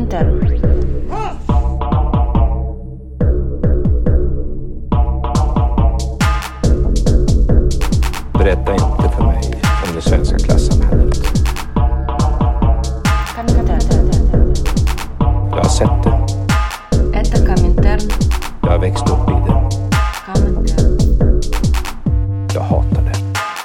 Komintern. Berätta inte för mig om det svenska klassamhället. Jag har sett det. Äta Komintern. Jag har växt upp i det. Komintern. Jag hatar det.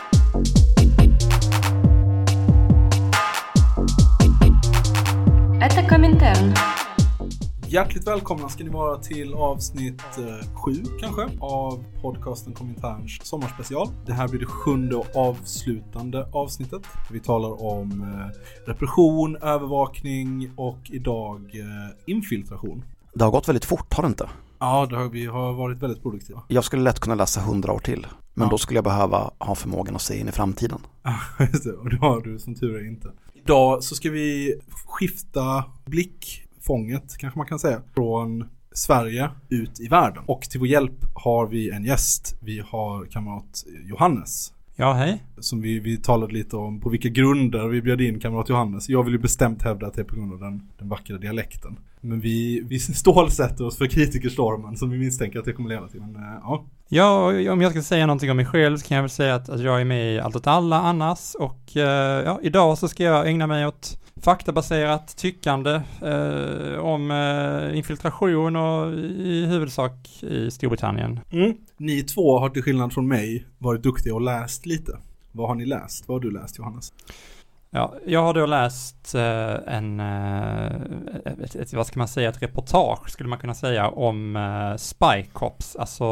Äta Komintern. Hjärtligt välkomna ska ni vara till avsnitt 7 kanske av podcasten Kominterns sommarspecial. Det här blir det 7:e och avslutande avsnittet. Vi talar om repression, övervakning och idag infiltration. Det har gått väldigt fort, har det inte? Ja, vi har varit väldigt produktiva. Jag skulle lätt kunna läsa 100 år till. Men då skulle jag behöva ha förmågan att se in i framtiden. Ja, just det. Och det har du som tur är inte. Idag så ska vi skifta blickfånget, kanske man kan säga, från Sverige ut i världen. Och till vår hjälp har vi en gäst. Vi har kamrat Johannes. Ja, hej. Som vi talade lite om på vilka grunder vi bjöd in kamrat Johannes. Jag vill ju bestämt hävda att det är på grund av den vackra dialekten. Men vi stålsätter oss för kritikerstormen som vi misstänker att det kommer leda till. Men ja. Ja, om jag ska säga någonting om mig själv så kan jag väl säga att jag är med i Allt åt alla annars. Och idag så ska jag ägna mig åt faktabaserat tyckande om infiltration och i huvudsak i Storbritannien. Ni två har till skillnad från mig varit duktiga och läst lite. Vad har ni läst? Vad har du läst, Johannes? Ja, jag har då läst vad ska man säga, ett reportage skulle man kunna säga om Spy Cops, alltså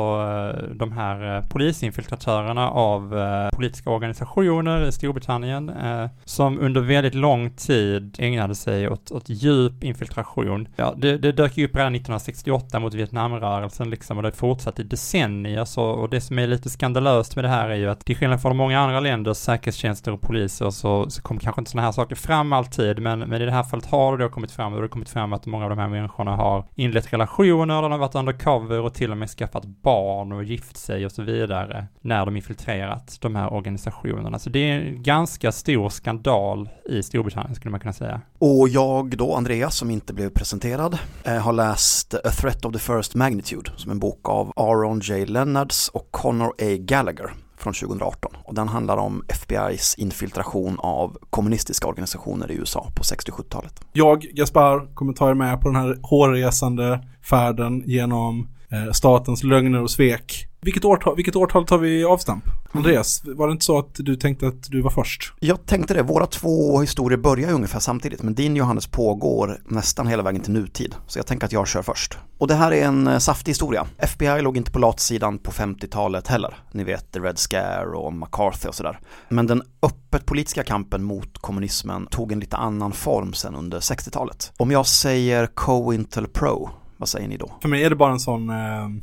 de här polisinfiltratörerna av politiska organisationer i Storbritannien som under väldigt lång tid ägnade sig åt djup infiltration. Ja, det dök ju upp redan 1968 mot Vietnamrörelsen liksom, och det fortsatte i decennier så, och det som är lite skandalöst med det här är ju att till skillnad från många andra länders säkerhetstjänster och poliser så kom kanske inte sådana här saker fram alltid, men i det här fallet har det kommit fram, och det har kommit fram att många av de här människorna har inlett relationer, där de har varit undercover och till och med skaffat barn och gift sig och så vidare när de infiltrerat de här organisationerna. Så det är en ganska stor skandal i Storbritannien skulle man kunna säga. Och jag då, Andreas, som inte blev presenterad, har läst A Threat of the First Magnitude som en bok av Aaron J. Leonards och Connor A. Gallagher från 2018. Och den handlar om FBI:s infiltration av kommunistiska organisationer i USA på 60-70-talet. Jag, Gaspar, kommer ta er med på den här hårresande färden genom statens lögner och svek. Vilket årtal tar vi avstamp? Andreas, var det inte så att du tänkte att du var först? Jag tänkte det. Våra två historier börjar ungefär samtidigt, men din, Johannes, pågår nästan hela vägen till nutid. Så jag tänker att jag kör först. Och det här är en saftig historia. FBI låg inte på latsidan på 50-talet heller. Ni vet, The Red Scare och McCarthy och sådär. Men den öppet politiska kampen mot kommunismen tog en lite annan form sen under 60-talet. Om jag säger COINTELPRO, vad säger ni då? För mig är det bara en sån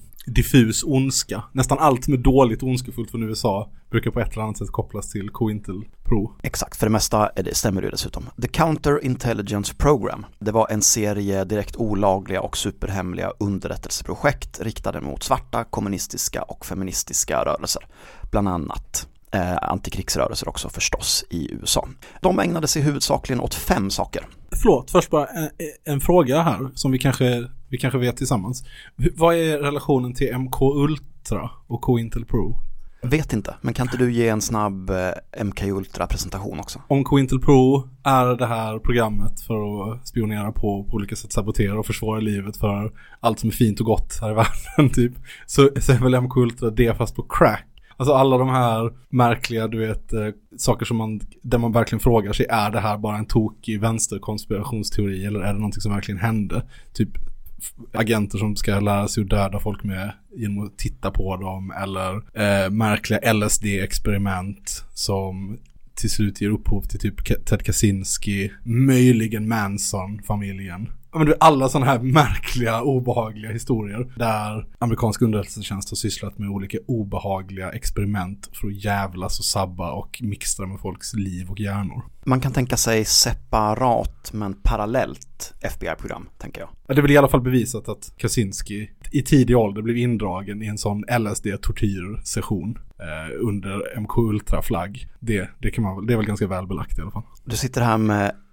diffus ondska. Nästan allt som är dåligt och ondskefullt från USA brukar på ett eller annat sätt kopplas till COINTELPRO. Exakt, för det mesta stämmer det dessutom. The Counterintelligence Program. Det var en serie direkt olagliga och superhemliga underrättelseprojekt riktade mot svarta, kommunistiska och feministiska rörelser. Bland annat antikrigsrörelser också förstås i USA. De ägnade sig huvudsakligen åt 5 saker. Förlåt, först bara en fråga här som vi kanske vet tillsammans. Vad är relationen till MK Ultra och COINTELPRO? Vet inte, men kan inte du ge en snabb MK Ultra-presentation också? Om COINTELPRO är det här programmet för att spionera på olika sätt, sabotera och försvara livet för allt som är fint och gott här i världen typ, så är väl MK Ultra det fast på crack. Alltså alla de här märkliga, du vet, saker som där man verkligen frågar sig, är det här bara en tokig vänsterkonspirationsteori eller är det någonting som verkligen hände? Typ agenter som ska lära sig att döda folk med genom att titta på dem, eller märkliga LSD-experiment som till slut ger upphov till typ Ted Kaczynski, möjligen Manson-familjen. Men alla sådana här märkliga, obehagliga historier där amerikansk underrättelsetjänst har sysslat med olika obehagliga experiment för att jävlas och sabba och mixtra med folks liv och hjärnor. Man kan tänka sig separat men parallellt FBI-program, tänker jag. Ja, det är väl i alla fall bevisat att Kaczynski i tidig ålder blev indragen i en sån LSD-tortyrsession under MK Ultra-flagg. Det är väl ganska välbelagt i alla fall. Du sitter här med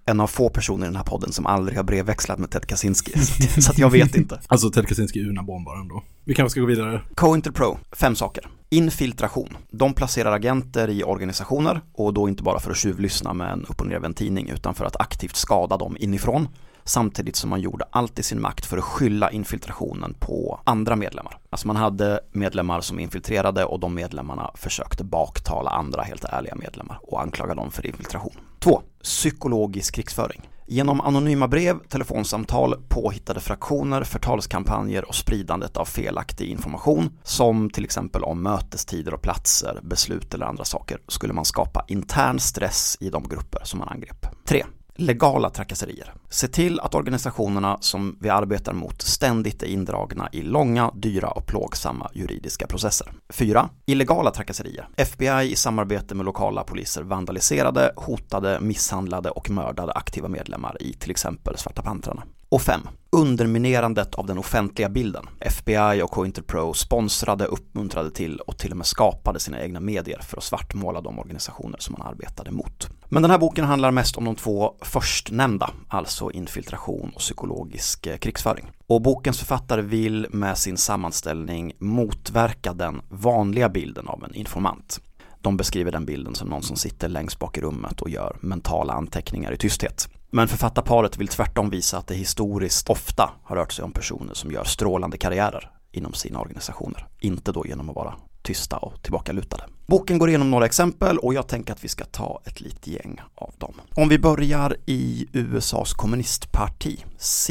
en av få personer i den här podden som aldrig har brevväxlat med Ted Kaczynski. Så att jag vet inte. Alltså Ted Kaczynski är UNA-bombaren då. Vi kanske ska gå vidare. COINTELPRO, 5 saker. Infiltration. De placerar agenter i organisationer och då inte bara för att tjuvlyssna med en upp- och nervänd tidning utan för att aktivt skada dem inifrån. Samtidigt som man gjorde allt i sin makt för att skylla infiltrationen på andra medlemmar. Alltså man hade medlemmar som infiltrerade och de medlemmarna försökte baktala andra helt ärliga medlemmar och anklaga dem för infiltration. 2. Psykologisk krigsföring. Genom anonyma brev, telefonsamtal, påhittade fraktioner, förtalskampanjer och spridandet av felaktig information som till exempel om mötestider och platser, beslut eller andra saker skulle man skapa intern stress i de grupper som man angrep. 3. Legala trakasserier. Se till att organisationerna som vi arbetar mot ständigt är indragna i långa, dyra och plågsamma juridiska processer. 4. Illegala trakasserier. FBI i samarbete med lokala poliser vandaliserade, hotade, misshandlade och mördade aktiva medlemmar i till exempel Svarta Pantrarna. Och 5. Underminerandet av den offentliga bilden. FBI och COINTELPRO sponsrade, uppmuntrade till och till och med skapade sina egna medier för att svartmåla de organisationer som man arbetade mot. Men den här boken handlar mest om de 2 förstnämnda, alltså infiltration och psykologisk krigsföring. Och bokens författare vill med sin sammanställning motverka den vanliga bilden av en informant. De beskriver den bilden som någon som sitter längst bak i rummet och gör mentala anteckningar i tysthet. Men författarparet vill tvärtom visa att det historiskt ofta har rört sig om personer som gör strålande karriärer inom sina organisationer. Inte då genom att vara tysta och tillbakalutade. Boken går igenom några exempel och jag tänker att vi ska ta ett litet gäng av dem. Om vi börjar i USAs kommunistparti,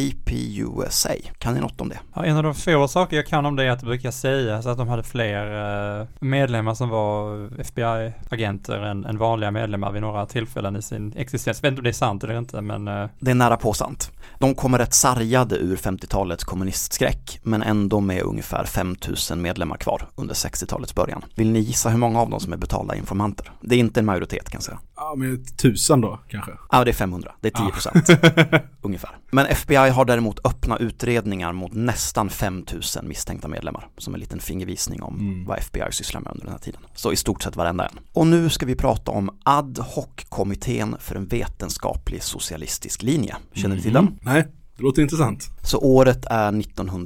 CPUSA. Kan ni något om det? Ja, en av de få saker jag kan om det är att det brukar säga så att de hade fler medlemmar som var FBI-agenter än vanliga medlemmar vid några tillfällen i sin existens. Jag vet inte om det är sant eller inte, men... Det är nära på sant. De kommer rätt sargade ur 50-talets kommunistskräck, men ändå med ungefär 5000 medlemmar kvar under 60-talets början. Vill ni gissa hur många av dem som är betalda informanter? Det är inte en majoritet kan jag säga. Ja, men 1000 då kanske? Ja, det är 500. Det är 10% ungefär. Men FBI har däremot öppna utredningar mot nästan 5000 misstänkta medlemmar som en liten fingervisning om vad FBI sysslar med under den här tiden. Så i stort sett varenda en. Och nu ska vi prata om ad hoc-kommittén för en vetenskaplig socialistisk linje. Känner ni till den? Nej, det låter intressant. Så året är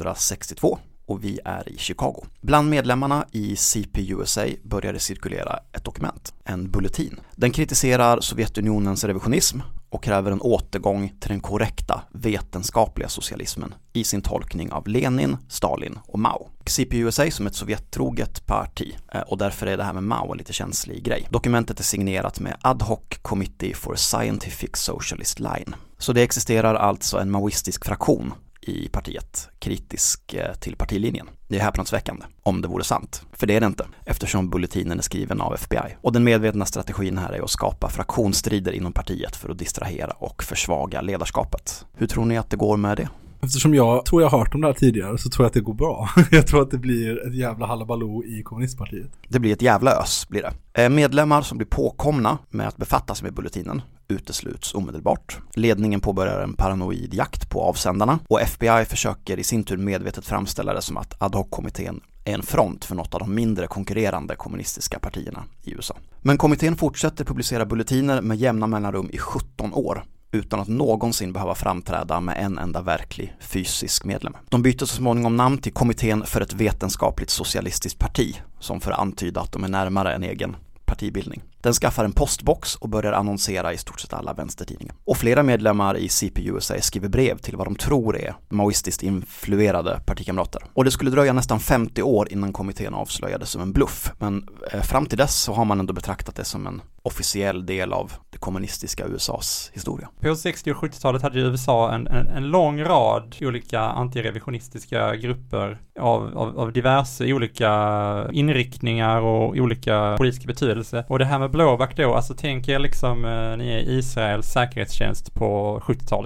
1962. Och vi är i Chicago. Bland medlemmarna i CPUSA började cirkulera ett dokument, en bulletin. Den kritiserar Sovjetunionens revisionism och kräver en återgång till den korrekta vetenskapliga socialismen i sin tolkning av Lenin, Stalin och Mao. CPUSA som ett sovjettroget parti och därför är det här med Mao en lite känslig grej. Dokumentet är signerat med Ad hoc Committee for Scientific Socialist Line. Så det existerar alltså en maoistisk fraktion i partiet, kritisk till partilinjen. Det är häpnadsväckande, om det vore sant. För det är det inte, eftersom bulletinen är skriven av FBI. Och den medvetna strategin här är att skapa fraktionsstrider inom partiet för att distrahera och försvaga ledarskapet. Hur tror ni att det går med det? Eftersom jag tror jag har hört om det här tidigare så tror jag att det går bra. Jag tror att det blir ett jävla halabaloo i kommunistpartiet. Det blir ett jävla ös, blir det. Medlemmar som blir påkomna med att befatta sig med bulletinen utesluts omedelbart. Ledningen påbörjar en paranoid jakt på avsändarna och FBI försöker i sin tur medvetet framställa det som att ad hoc-kommittén är en front för något av de mindre konkurrerande kommunistiska partierna i USA. Men kommittén fortsätter publicera bulletiner med jämna mellanrum i 17 år utan att någonsin behöva framträda med en enda verklig fysisk medlem. De byter så småningom namn till Kommittén för ett vetenskapligt socialistiskt parti som för att antyda att de är närmare en egen partibildning. Den skaffar en postbox och börjar annonsera i stort sett alla vänstertidningar. Och flera medlemmar i CPUSA skriver brev till vad de tror är maoistiskt influerade partikamrater. Och det skulle dröja nästan 50 år innan kommittén avslöjades som en bluff. Men fram till dess så har man ändå betraktat det som en officiell del av det kommunistiska USAs historia. På 60- och 70-talet hade USA en lång rad olika antirevisionistiska grupper av diverse olika inriktningar och olika politiska betydelse. Och det här med blåback då, alltså tänk er liksom ni är Israels säkerhetstjänst på 70-talet.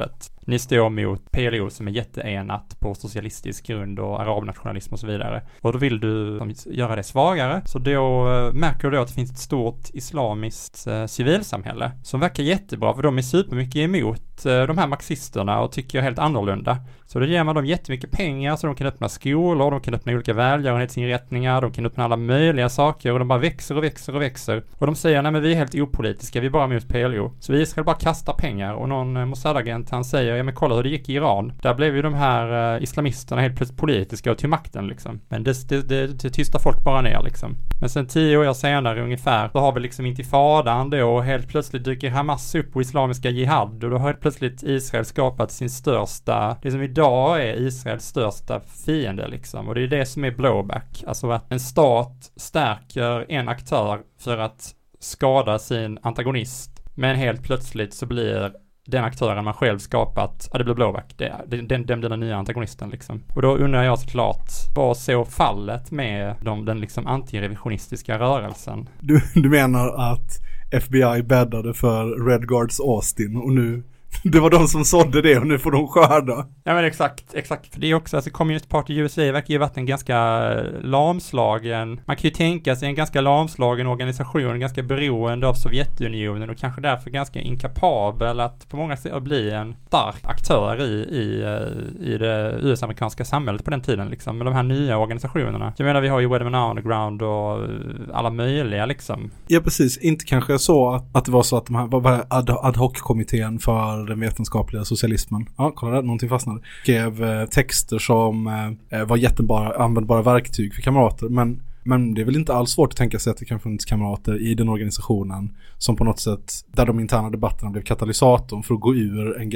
ni står mot PLO som är jätteenat på socialistisk grund och arabnationalism och så vidare. Och då vill du göra det svagare. Så då märker du då att det finns ett stort islamiskt civilsamhälle som verkar jättebra, för de är supermycket emot de här marxisterna och tycker helt annorlunda. Så då ger man dem jättemycket pengar så de kan öppna skolor, de kan öppna olika välgörenhetsinrättningar, de kan öppna alla möjliga saker och de bara växer och växer och växer. Och de säger, nej men vi är helt opolitiska, vi är bara mot PLO. Så vi ska bara kasta pengar och någon Mossad-agent han säger, ja men kolla hur det gick i Iran. Där blev ju de här islamisterna helt plötsligt politiska och till makten liksom. Men det tystar folk bara ner liksom. Men sen 10 år senare ungefär, då har vi liksom intifadan då och helt plötsligt dyker Hamas upp på islamiska jihad och då har helt plötsligt Israel skapat sin största, det som idag är Israels största fiende liksom. Och det är det som är blowback. Alltså att en stat stärker en aktör för att skada sin antagonist. Men helt plötsligt så blir den aktören man själv skapat, det blir blowback. Den blir den nya antagonisten liksom. Och då undrar jag såklart, vad så fallet med den liksom antirevisionistiska rörelsen? Du menar att FBI bäddade för Red Guards Austin och nu det var de som sådde det och nu får de skörda. Ja men exakt. För det är också, alltså Communist Party USA verkar ju varit en ganska lamslagen, man kan ju tänka sig en ganska lamslagen organisation, ganska beroende av Sovjetunionen och kanske därför ganska inkapabel att på många sätt bli en stark aktör i det US-amerikanska samhället på den tiden liksom, med de här nya organisationerna. Jag menar vi har ju Weatherman Underground och alla möjliga liksom. Ja precis, inte kanske så att det var så att de här var ad hoc-kommittén för den vetenskapliga socialismen. Ja, kolla där, någonting fastnade. Skrev texter som var användbara verktyg för kamrater, men det är väl inte alls svårt att tänka sig att det kan finnas kamrater i den organisationen som på något sätt, där de interna debatterna blev katalysatorn för att gå ur ett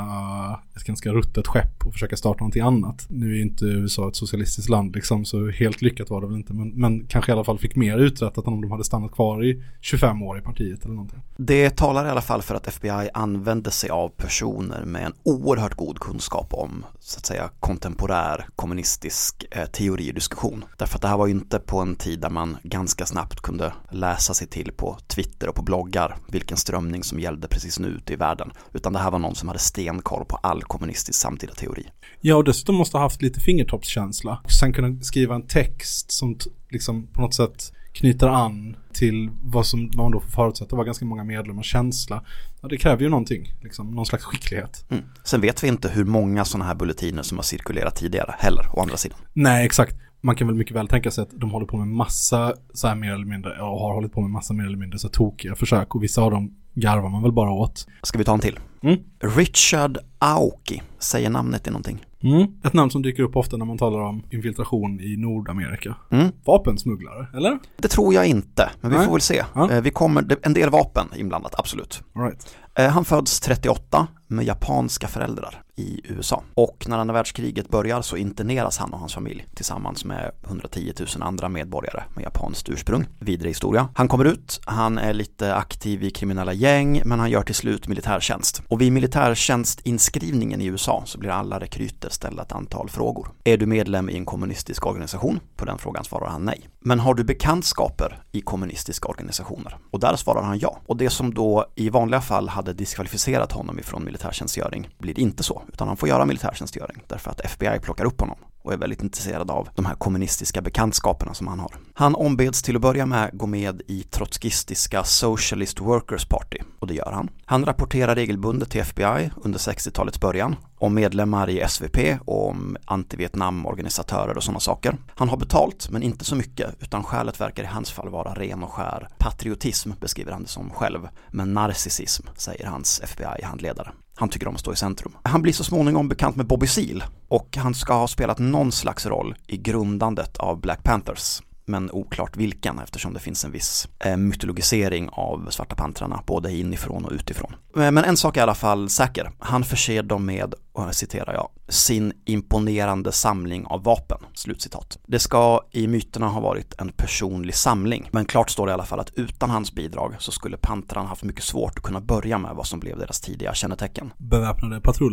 ganska ruttet skepp och försöka starta någonting annat. Nu är inte USA ett socialistiskt land liksom, så helt lyckat var det väl inte, men kanske i alla fall fick mer uträttat än om de hade stannat kvar i 25 år i partiet eller någonting. Det talar i alla fall för att FBI använde sig av personer med en oerhört god kunskap om, så att säga, kontemporär kommunistisk teori och diskussion. Därför att det här var ju inte på en tid där man ganska snabbt kunde läsa sig till på Twitter och på bloggar vilken strömning som gällde precis nu ute i världen. Utan det här var någon som hade stenkoll på all kommunistisk samtida teori. Ja, och dessutom måste ha haft lite fingertoppskänsla. Sen kunna skriva en text som liksom på något sätt knyter an till vad man då får förutsätta var ganska många medlemmars känsla. Ja, det kräver ju någonting, liksom, någon slags skicklighet. Sen vet vi inte hur många sådana här bulletiner som har cirkulerat tidigare heller, å andra sidan. Nej, exakt. Man kan väl mycket väl tänka sig att de håller på med massa så här mer eller mindre, och har hållit på med massa mer eller mindre så tokiga försök, och vissa av dem garvar man väl bara åt. Ska vi ta en till? Richard Aoki, säger namnet i någonting? Ett namn som dyker upp ofta när man talar om infiltration i Nordamerika. Vapensmugglare, eller? Det tror jag inte, men vi får väl se. Ja. Vi kommer, en del vapen inblandat, absolut. All right. Han föds 38 med japanska föräldrar i USA. Och när andra världskriget börjar så interneras han och hans familj tillsammans med 110 000 andra medborgare med japanskt ursprung. Vidare historia. Han kommer ut, han är lite aktiv i kriminella gäng, men han gör till slut militärtjänst. Och vid militärtjänstinskrivningen i USA så blir alla rekryter ställda ett antal frågor. Är du medlem i en kommunistisk organisation? På den frågan svarar han nej. Men har du bekantskaper i kommunistiska organisationer? Och där svarar han ja. Och det som då i vanliga fall hade diskvalificerat honom ifrån militärtjänstgöring blir inte så, utan han får göra militärtjänstgöring därför att FBI plockar upp honom och är väldigt intresserad av de här kommunistiska bekantskaperna som han har. Han ombeds till att börja med gå med i trotskistiska Socialist Workers Party, och det gör han. Han rapporterar regelbundet till FBI under 60-talets början om medlemmar i SVP och om anti-Vietnam-organisatörer och sådana saker. Han har betalt, men inte så mycket, utan skälet verkar i hans fall vara ren och skär patriotism, beskriver han det som själv, men narcissism, säger hans FBI-handledare. Han tycker om att stå i centrum. Han blir så småningom bekant med Bobby Seale, och han ska ha spelat någon slags roll i grundandet av Black Panthers, men oklart vilken, eftersom det finns en viss mytologisering av Svarta Pantrarna både inifrån och utifrån. Men en sak är i alla fall säker. Han förser dem med, och citerar jag, sin imponerande samling av vapen. Slutcitat. Det ska i myterna ha varit en personlig samling, men klart står det i alla fall att utan hans bidrag så skulle pantrarna haft mycket svårt att kunna börja med vad som blev deras tidiga kännetecken. Beväpnade patruller.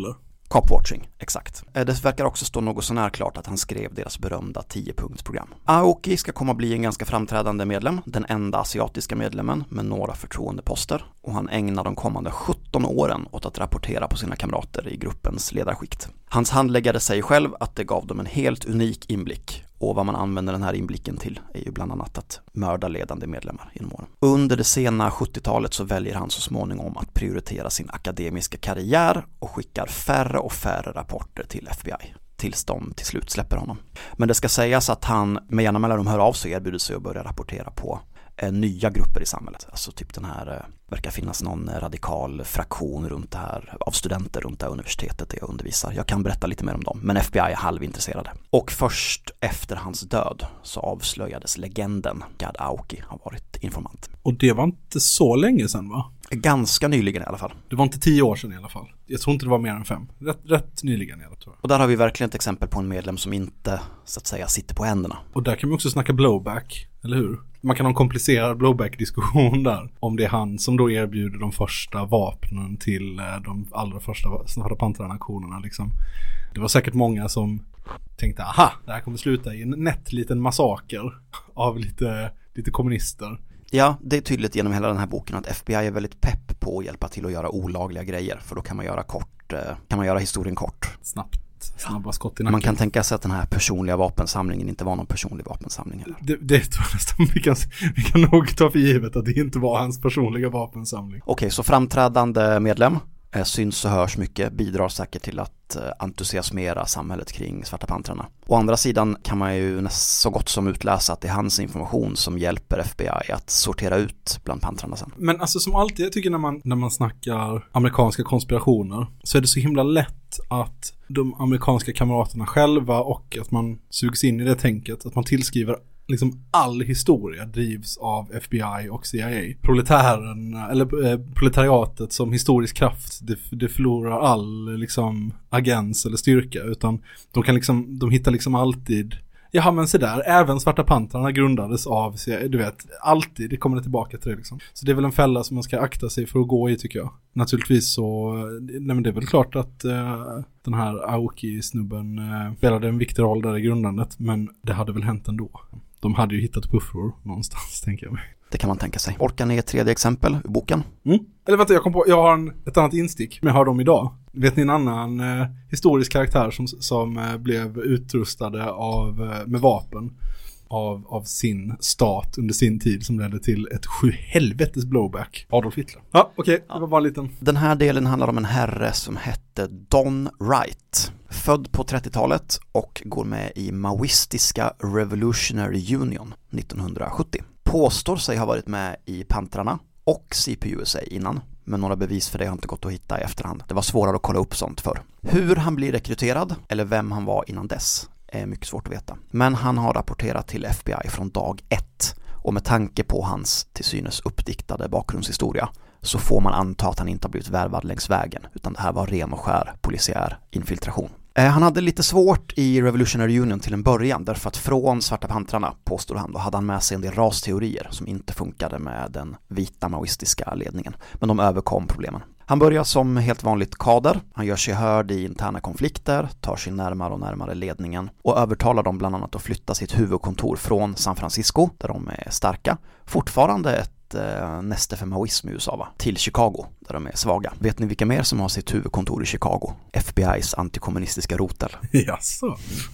Cop-watching, exakt. Det verkar också stå något så när klart att han skrev deras berömda 10-punktsprogram. Aoki ska komma att bli en ganska framträdande medlem, den enda asiatiska medlemmen med några förtroendeposter, och han ägnar de kommande 17 åren åt att rapportera på sina kamrater i gruppens ledarskikt. Hans handläggare säger själv att det gav dem en helt unik inblick, och vad man använder den här inblicken till är ju bland annat att mörda ledande medlemmar genom åren. Under det sena 70-talet så väljer han så småningom att prioritera sin akademiska karriär och skickar färre och färre rapporter till FBI tills de till slut släpper honom. Men det ska sägas att han med jämna mellanrum hör av sig och erbjuder sig att börja rapportera på nya grupper i samhället. Alltså typ den här, verkar finnas någon radikal fraktion runt det här av studenter runt det här universitetet där jag undervisar. Jag kan berätta lite mer om dem, men FBI är halvintresserade. Och först efter hans död så avslöjades legenden Gad Aoki har varit informant. Och det var inte så länge sedan, va? Ganska nyligen i alla fall. Det var inte 10 år sedan i alla fall. Jag tror inte det var mer än 5. Rätt nyligen i alla fall. Och där har vi verkligen ett exempel på en medlem som inte, så att säga, sitter på händerna. Och där kan vi också snacka blowback, eller hur? Man kan ha en komplicerad blowback-diskussion där. Om det är han som då erbjuder de första vapnen till de allra första Svarta Pantrarna-aktionerna liksom. Det var säkert många som tänkte, aha, det här kommer sluta i en nätt liten massaker av lite kommunister. Ja, det är tydligt genom hela den här boken att FBI är väldigt pepp på att hjälpa till att göra olagliga grejer. För då kan man göra historien kort. Snabba skott i nacken. Man kan tänka sig att den här personliga vapensamlingen inte var någon personlig vapensamling heller. Det tror jag nästan vi kan nog ta för givet att det inte var hans personliga vapensamling. Okej, så framträdande medlem, syns och hörs mycket, bidrar säkert till att entusiasmera samhället kring Svarta Pantrarna. Å andra sidan kan man ju så gott som utläsa att det är hans information som hjälper FBI att sortera ut bland pantrarna sen. Men alltså som alltid, jag tycker när man snackar amerikanska konspirationer så är det så himla lätt att de amerikanska kamraterna själva och att man sugs in i det tänket, att man tillskriver liksom all historia drivs av FBI och CIA. Proletariatet som historisk kraft, det förlorar all liksom agens eller styrka, utan de hittar liksom alltid, ja men så där, även Svarta Pantrarna grundades av, du vet, alltid, det kommer tillbaka till det liksom. Så det är väl en fälla som man ska akta sig för att gå i, tycker jag. Naturligtvis så, nej men det är väl klart att den här Aoki-snubben spelade en viktig roll där i grundandet, men det hade väl hänt ändå. De hade ju hittat puffror någonstans, tänker jag mig. Det kan man tänka sig. Orkar ni ett tredje exempel ur boken? Eller vänta, jag har ett annat instick, men jag har dem idag. Vet ni en annan historisk karaktär som blev utrustade med vapen av sin stat under sin tid, som ledde till ett 7-helvetes blowback? Adolf Hitler. Ja, okej. Det var bara en liten. Den här delen handlar om en herre som hette Don Wright. Född på 30-talet och går med i maoistiska Revolutionary Union 1970. Påstår sig ha varit med i Pantrarna och CPUSA innan, men några bevis för det har inte gått att hitta i efterhand. Det var svårare att kolla upp sånt för. Hur han blir rekryterad eller vem han var innan dess är mycket svårt att veta. Men han har rapporterat till FBI från dag 1, och med tanke på hans till synes uppdiktade bakgrundshistoria så får man anta att han inte har blivit värvad längs vägen, utan det här var ren och skär polisiär infiltration. Han hade lite svårt i Revolutionary Union till en början, därför att från Svarta Pantrarna, påstår han, då hade han med sig en del rasteorier som inte funkade med den vita maoistiska ledningen, men de överkom problemen. Han börjar som helt vanligt kader, han gör sig hörd i interna konflikter, tar sig närmare och närmare ledningen och övertalar dem bland annat att flytta sitt huvudkontor från San Francisco, där de är starka, fortfarande ett näste för maoism i USA, va? Till Chicago, där de är svaga. Vet ni vilka mer som har sitt huvudkontor i Chicago? FBI:s antikommunistiska rotel. Jaså.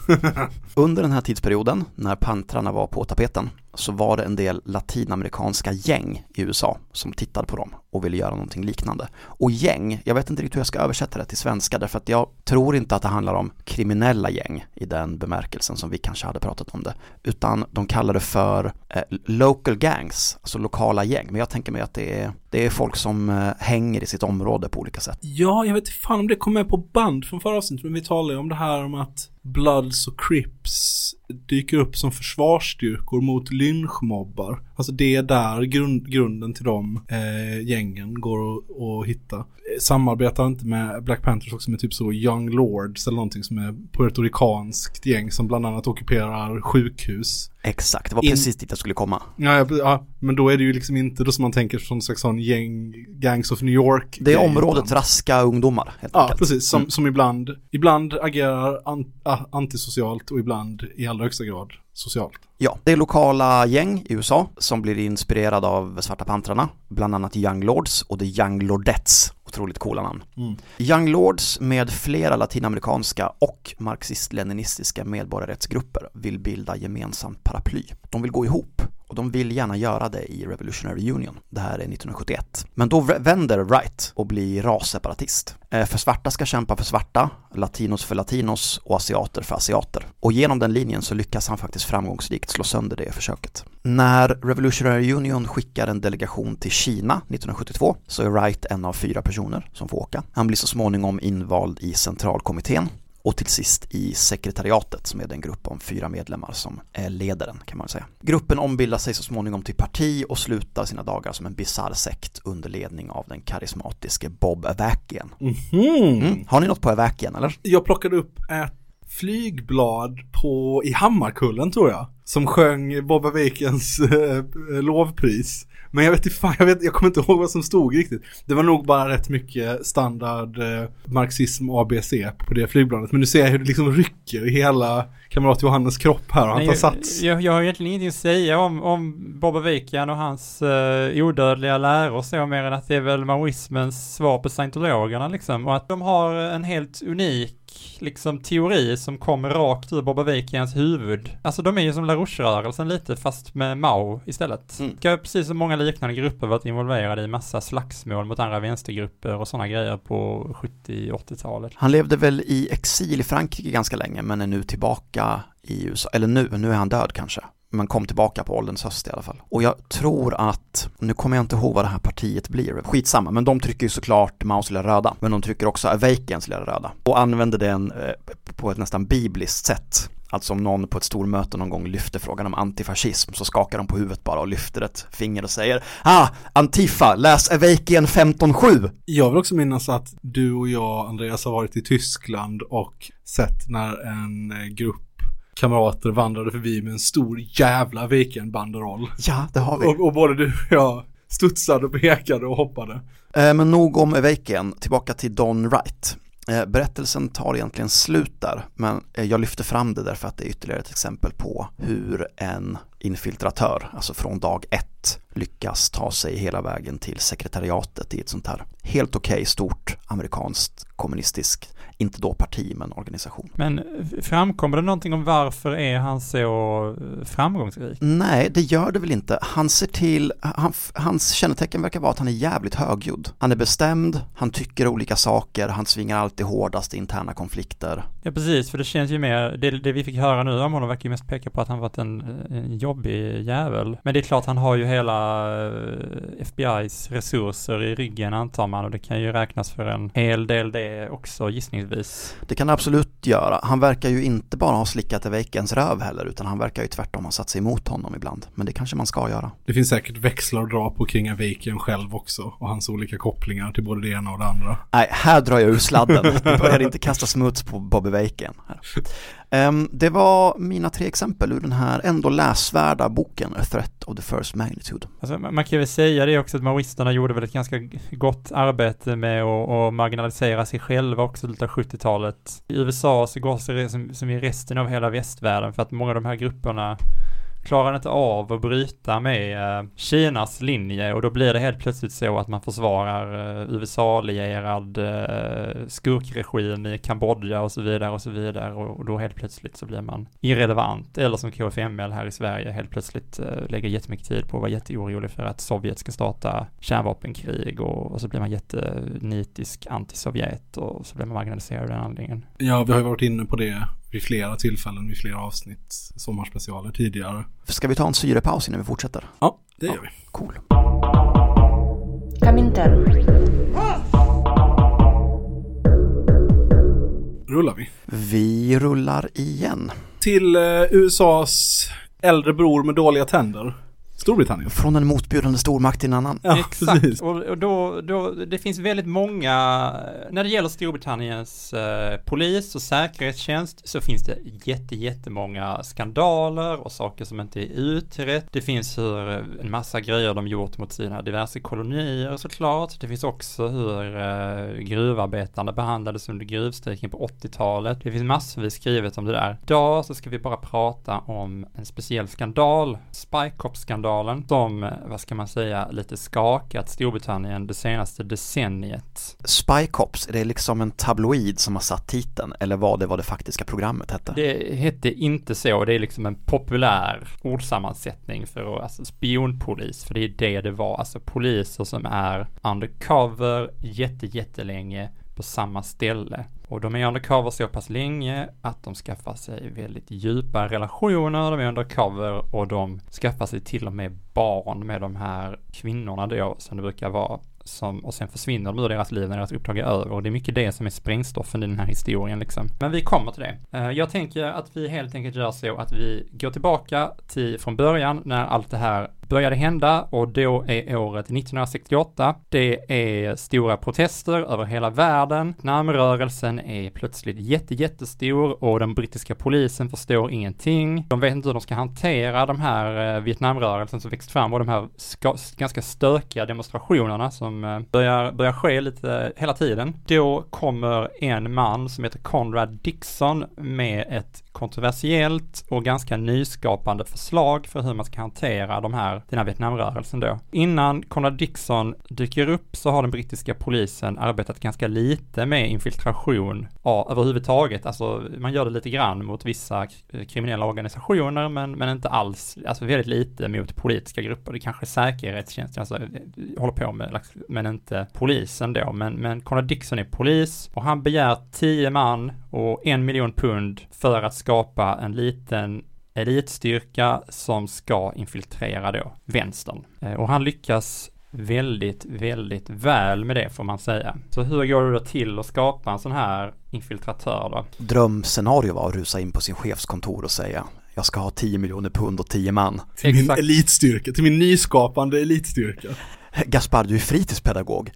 Under den här tidsperioden, när pantrarna var på tapeten, så var det en del latinamerikanska gäng i USA som tittade på dem och ville göra någonting liknande. Och gäng, jag vet inte riktigt hur jag ska översätta det till svenska, därför att jag tror inte att det handlar om kriminella gäng i den bemärkelsen som vi kanske hade pratat om det, utan de kallar det för local gangs, alltså lokala gäng. Men jag tänker mig att det är folk som hänger i sitt område på olika sätt. Ja, jag vet inte fan om det kommer på band från förra avsnittet, men vi talar ju om det här om att Bloods och Crips dyker upp som försvarsstyrkor mot lynchmobbar. Alltså det är där grunden till de gängen går att hitta. Samarbetar inte med Black Panthers också med typ så Young Lords eller någonting som är puertoricanskt gäng som bland annat ockuperar sjukhus. Exakt, det var precis dit jag skulle komma. Ja, men då är det ju liksom inte då som man tänker som slags sån Gangs of New York. Det är områdets raska ungdomar helt enkelt. Precis, som ibland agerar antisocialt och ibland i allra högsta grad socialt. Ja, det är lokala gäng i USA som blir inspirerade av Svarta Pantrarna, bland annat Young Lords och The Young Lordettes. Otroligt coola namn. Young Lords med flera latinamerikanska och marxist-leninistiska medborgarrättsgrupper vill bilda gemensamt paraply. De vill gå ihop och de vill gärna göra det i Revolutionary Union. Det här är 1971. Men då vänder Wright och blir rasseparatist. För svarta ska kämpa för svarta, latinos för latinos och asiater för asiater. Och genom den linjen så lyckas han faktiskt framgångsrikt slå sönder det försöket. När Revolutionary Union skickar en delegation till Kina 1972 så är Wright en av 4 personer som får åka. Han blir så småningom invald i centralkommittén och till sist i sekretariatet som är den grupp om 4 medlemmar som är ledaren kan man säga. Gruppen ombildar sig så småningom till parti och slutar sina dagar som en bizarr sekt under ledning av den karismatiske Bob Avakian. Har ni något på Avakian eller? Jag plockade upp ett flygblad i Hammarkullen tror jag som sjöng Bob Avakians lovpris. Men jag kommer inte ihåg vad som stod riktigt. Det var nog bara rätt mycket standard marxism och ABC på det flygbladet. Men nu ser jag hur det liksom rycker i hela kamrat Johannes kropp här. Han tar sats. Jag har egentligen ingenting att säga om Bob Avakian och hans odödliga läror så mer än att det är väl maoismens svar på scientologerna liksom. Och att de har en helt unik liksom teori som kommer rakt ur Bob Avakians huvud. Alltså de är ju som La Roche-rörelsen lite fast med Mao istället. Det har precis som många liknande grupper varit involverade i massa slagsmål mot andra vänstergrupper och sådana grejer på 70-80-talet. Han levde väl i exil i Frankrike ganska länge men är nu tillbaka i USA. Eller nu är han död kanske. Men kom tillbaka på ålderns höst i alla fall. Och jag tror att, nu kommer jag inte ihåg vad det här partiet blir. Skitsamma, men de trycker ju såklart Maos lilla röda. Men de trycker också Avakians lilla röda. Och använder den på ett nästan bibliskt sätt. Alltså om någon på ett stormöte någon gång lyfter frågan om antifascism så skakar de på huvudet bara och lyfter ett finger och säger Antifa, läs Avakian 15:7. Jag vill också minnas att du och jag, Andreas, har varit i Tyskland och sett när en grupp kamrater vandrade förbi med en stor jävla Avakian-banderoll. Ja, det har vi. Och både du och jag studsade och pekade och hoppade. Men nog om Avakian, tillbaka till Don Wright. Berättelsen tar egentligen slut där, men jag lyfter fram det därför att det är ytterligare ett exempel på hur en infiltratör, alltså från dag 1, lyckas ta sig hela vägen till sekretariatet i ett sånt här helt okej, stort amerikanskt kommunistiskt, inte då parti men organisation. Men framkommer det någonting om varför är han så framgångsrik? Nej, det gör det väl inte. Han ser till, hans kännetecken verkar vara att han är jävligt högljudd. Han är bestämd, han tycker olika saker, han svingar alltid hårdast i interna konflikter. Ja precis, för det känns ju mer, det vi fick höra nu om honom verkar ju mest peka på att han varit en jobbig jävel. Men det är klart han har ju hela FBI:s resurser i ryggen antar man och det kan ju räknas för en hel del det också gissningsvis. Det kan absolut göra. Han verkar ju inte bara ha slickat Avakians röv heller utan han verkar ju tvärtom ha satt sig emot honom ibland. Men det kanske man ska göra. Det finns säkert växlar att dra på kring Avakian själv också och hans olika kopplingar till både det ena och det andra. Nej, här drar jag ur sladden. Du börjar inte kasta smuts på Bob Avakian här. Det var mina 3 exempel ur den här ändå läsvärda boken A Threat of the First Magnitude. Alltså, man kan väl säga det också att maoisterna gjorde väl ett ganska gott arbete med att marginalisera sig själva också lite av 70-talet. I USA så går det som i resten av hela västvärlden för att många av de här grupperna klarar inte av att bryta med Kinas linje och då blir det helt plötsligt så att man försvarar USA-lierad skurkregim i Kambodja och så vidare och då helt plötsligt så blir man irrelevant eller som KFML här i Sverige helt plötsligt lägger jättemycket tid på att vara jätteorolig för att Sovjet ska starta kärnvapenkrig och så blir man jättenitisk anti-Sovjet och så blir man marginaliserad av den anledningen. Ja, vi har ju varit inne på det vid flera tillfällen, vid flera avsnitt, sommarspecialer tidigare. Ska vi ta en syrepaus innan vi fortsätter? Ja, det gör vi. Cool. Rullar vi? Vi rullar igen. Till USAs äldre bror med dåliga tänder. Storbritannien. Från en motbjudande stormakt till en annan. Ja, Exakt, precis. och då, det finns väldigt många, när det gäller Storbritanniens polis och säkerhetstjänst så finns det jättemånga skandaler och saker som inte är utrett. Det finns hur en massa grejer de gjort mot sina diverse kolonier såklart. Det finns också hur gruvarbetarna behandlades under gruvstrejken på 80-talet. Det finns massvis skrivet om det där. Idag så ska vi bara prata om en speciell skandal, Spy-Cop-skandalen, som, vad ska man säga, lite skakat Storbritannien det senaste decenniet. Spy Cops, är det liksom en tabloid som har satt titeln, eller vad det faktiska programmet hette? Det hette inte så, det är liksom en populär ordsammansättning för alltså spionpolis, för det är det var, alltså poliser som är undercover jättelänge på samma ställe. Och de är undercover så pass länge att de skaffar sig väldigt djupa relationer, de är undercover och de skaffar sig till och med barn med de här kvinnorna då, som det brukar vara. Och sen försvinner de ur deras liv när deras uppdrag är över. Och det är mycket det som är sprängstoffen i den här historien liksom. Men vi kommer till det. Jag tänker att vi helt enkelt gör så att vi går tillbaka till från början när allt det här började hända, och då är året 1968. Det är stora protester över hela världen. Vietnamrörelsen är plötsligt jättestor och den brittiska polisen förstår ingenting. De vet inte hur de ska hantera de här Vietnamrörelsen som växt fram och de här ganska stökiga demonstrationerna som börjar ske lite hela tiden. Då kommer en man som heter Conrad Dixon med ett kontroversiellt och ganska nyskapande förslag för hur man ska hantera den här Vietnamrörelsen då. Innan Conrad Dixon dyker upp så har den brittiska polisen arbetat ganska lite med infiltration överhuvudtaget. Alltså man gör det lite grann mot vissa kriminella organisationer men inte alls, alltså väldigt lite mot politiska grupper. Det kanske säkerhetstjänsten alltså, håller på med, men inte polisen då. Men Conrad Dixon är polis och han begär 10 man och 1 miljon pund för att skapa en liten elitstyrka som ska infiltrera då vänstern. Och han lyckas väldigt väl med det får man säga. Så hur går det då till att skapa en sån här infiltratör då? Drömscenario var att rusa in på sin chefskontor och säga: jag ska ha 10 miljoner pund och 10 man. Till min elitstyrka, till min nyskapande elitstyrka. Gaspar, du är fritidspedagog.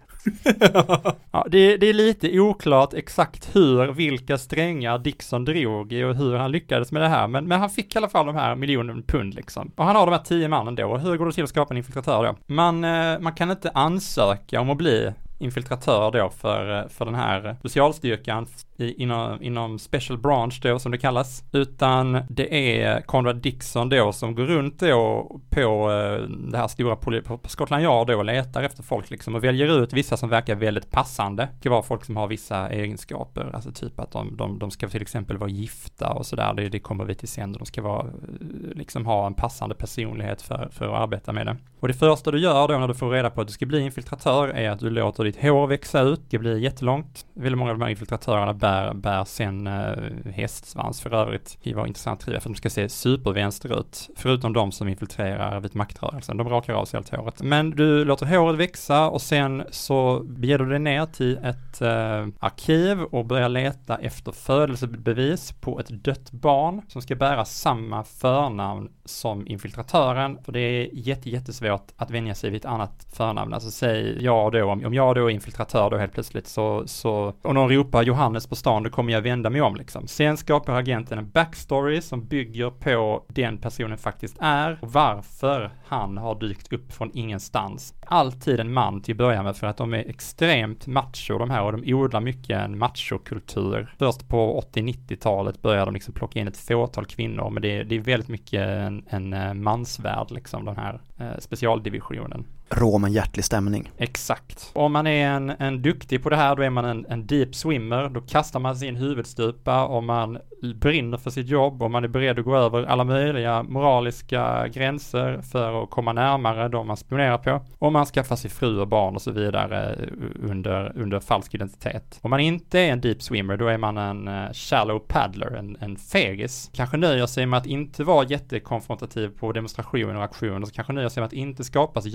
Ja, det är lite oklart exakt vilka strängar Dixon drog i och hur han lyckades med det här. Men han fick i alla fall de här miljoner pund liksom. Och han har de här 10 mannen då. Och hur går det till att skapa en infiltratör då? Man kan inte ansöka om att bli infiltratör då för den här specialstyrkan inom Special Branch då som det kallas, utan det är Conrad Dixon då som går runt då på det här stora på Scotland Yard då och letar efter folk liksom och väljer ut vissa som verkar väldigt passande. Det ska vara folk som har vissa egenskaper, alltså typ att de ska till exempel vara gifta och sådär, det kommer vi till sen. De ska vara liksom ha en passande personlighet för att arbeta med det. Och det första du gör då när du får reda på att du ska bli infiltratör är att du låter ditt hår växa ut. Det blir jättelångt. Väldigt många av de här infiltratörerna bär sen hästsvans för övrigt. Det var intressant för att de ska se supervänster ut. Förutom de som infiltrerar vit maktrörelsen. De rakar av sig allt håret. Men du låter håret växa och sen så beger du dig ner till ett arkiv och börjar leta efter födelsebevis på ett dött barn som ska bära samma förnamn som infiltratören. För det är jättesvårt att vänja sig vid ett annat förnamn. Alltså säg jag då, om jag då är infiltratör då helt plötsligt så och någon ropar Johannes på stan, då kommer jag vända mig om liksom. Sen skapar agenten en backstory som bygger på den personen faktiskt är och varför han har dykt upp från ingenstans. Alltid en man till att börja med för att de är extremt macho de här och de odlar mycket en machokultur. Först på 80-90-talet börjar de liksom plocka in ett fåtal kvinnor men det är väldigt mycket en mansvärld liksom den här specialdivisionen. Rå men hjärtlig stämning. Exakt. Om man är en duktig på det här, då är man en deep swimmer. Då kastar man sin huvudstupa och man brinner för sitt jobb och man är beredd att gå över alla möjliga moraliska gränser för att komma närmare de man spionerar på. Och man skaffar sig fru och barn och så vidare under falsk identitet. Om man inte är en deep swimmer, då är man en shallow paddler, en fegis. Kanske nöjer sig med att inte vara jättekonfrontativ på demonstrationer och aktioner. Så kanske nöjer sig med att inte skapa så djupa relationer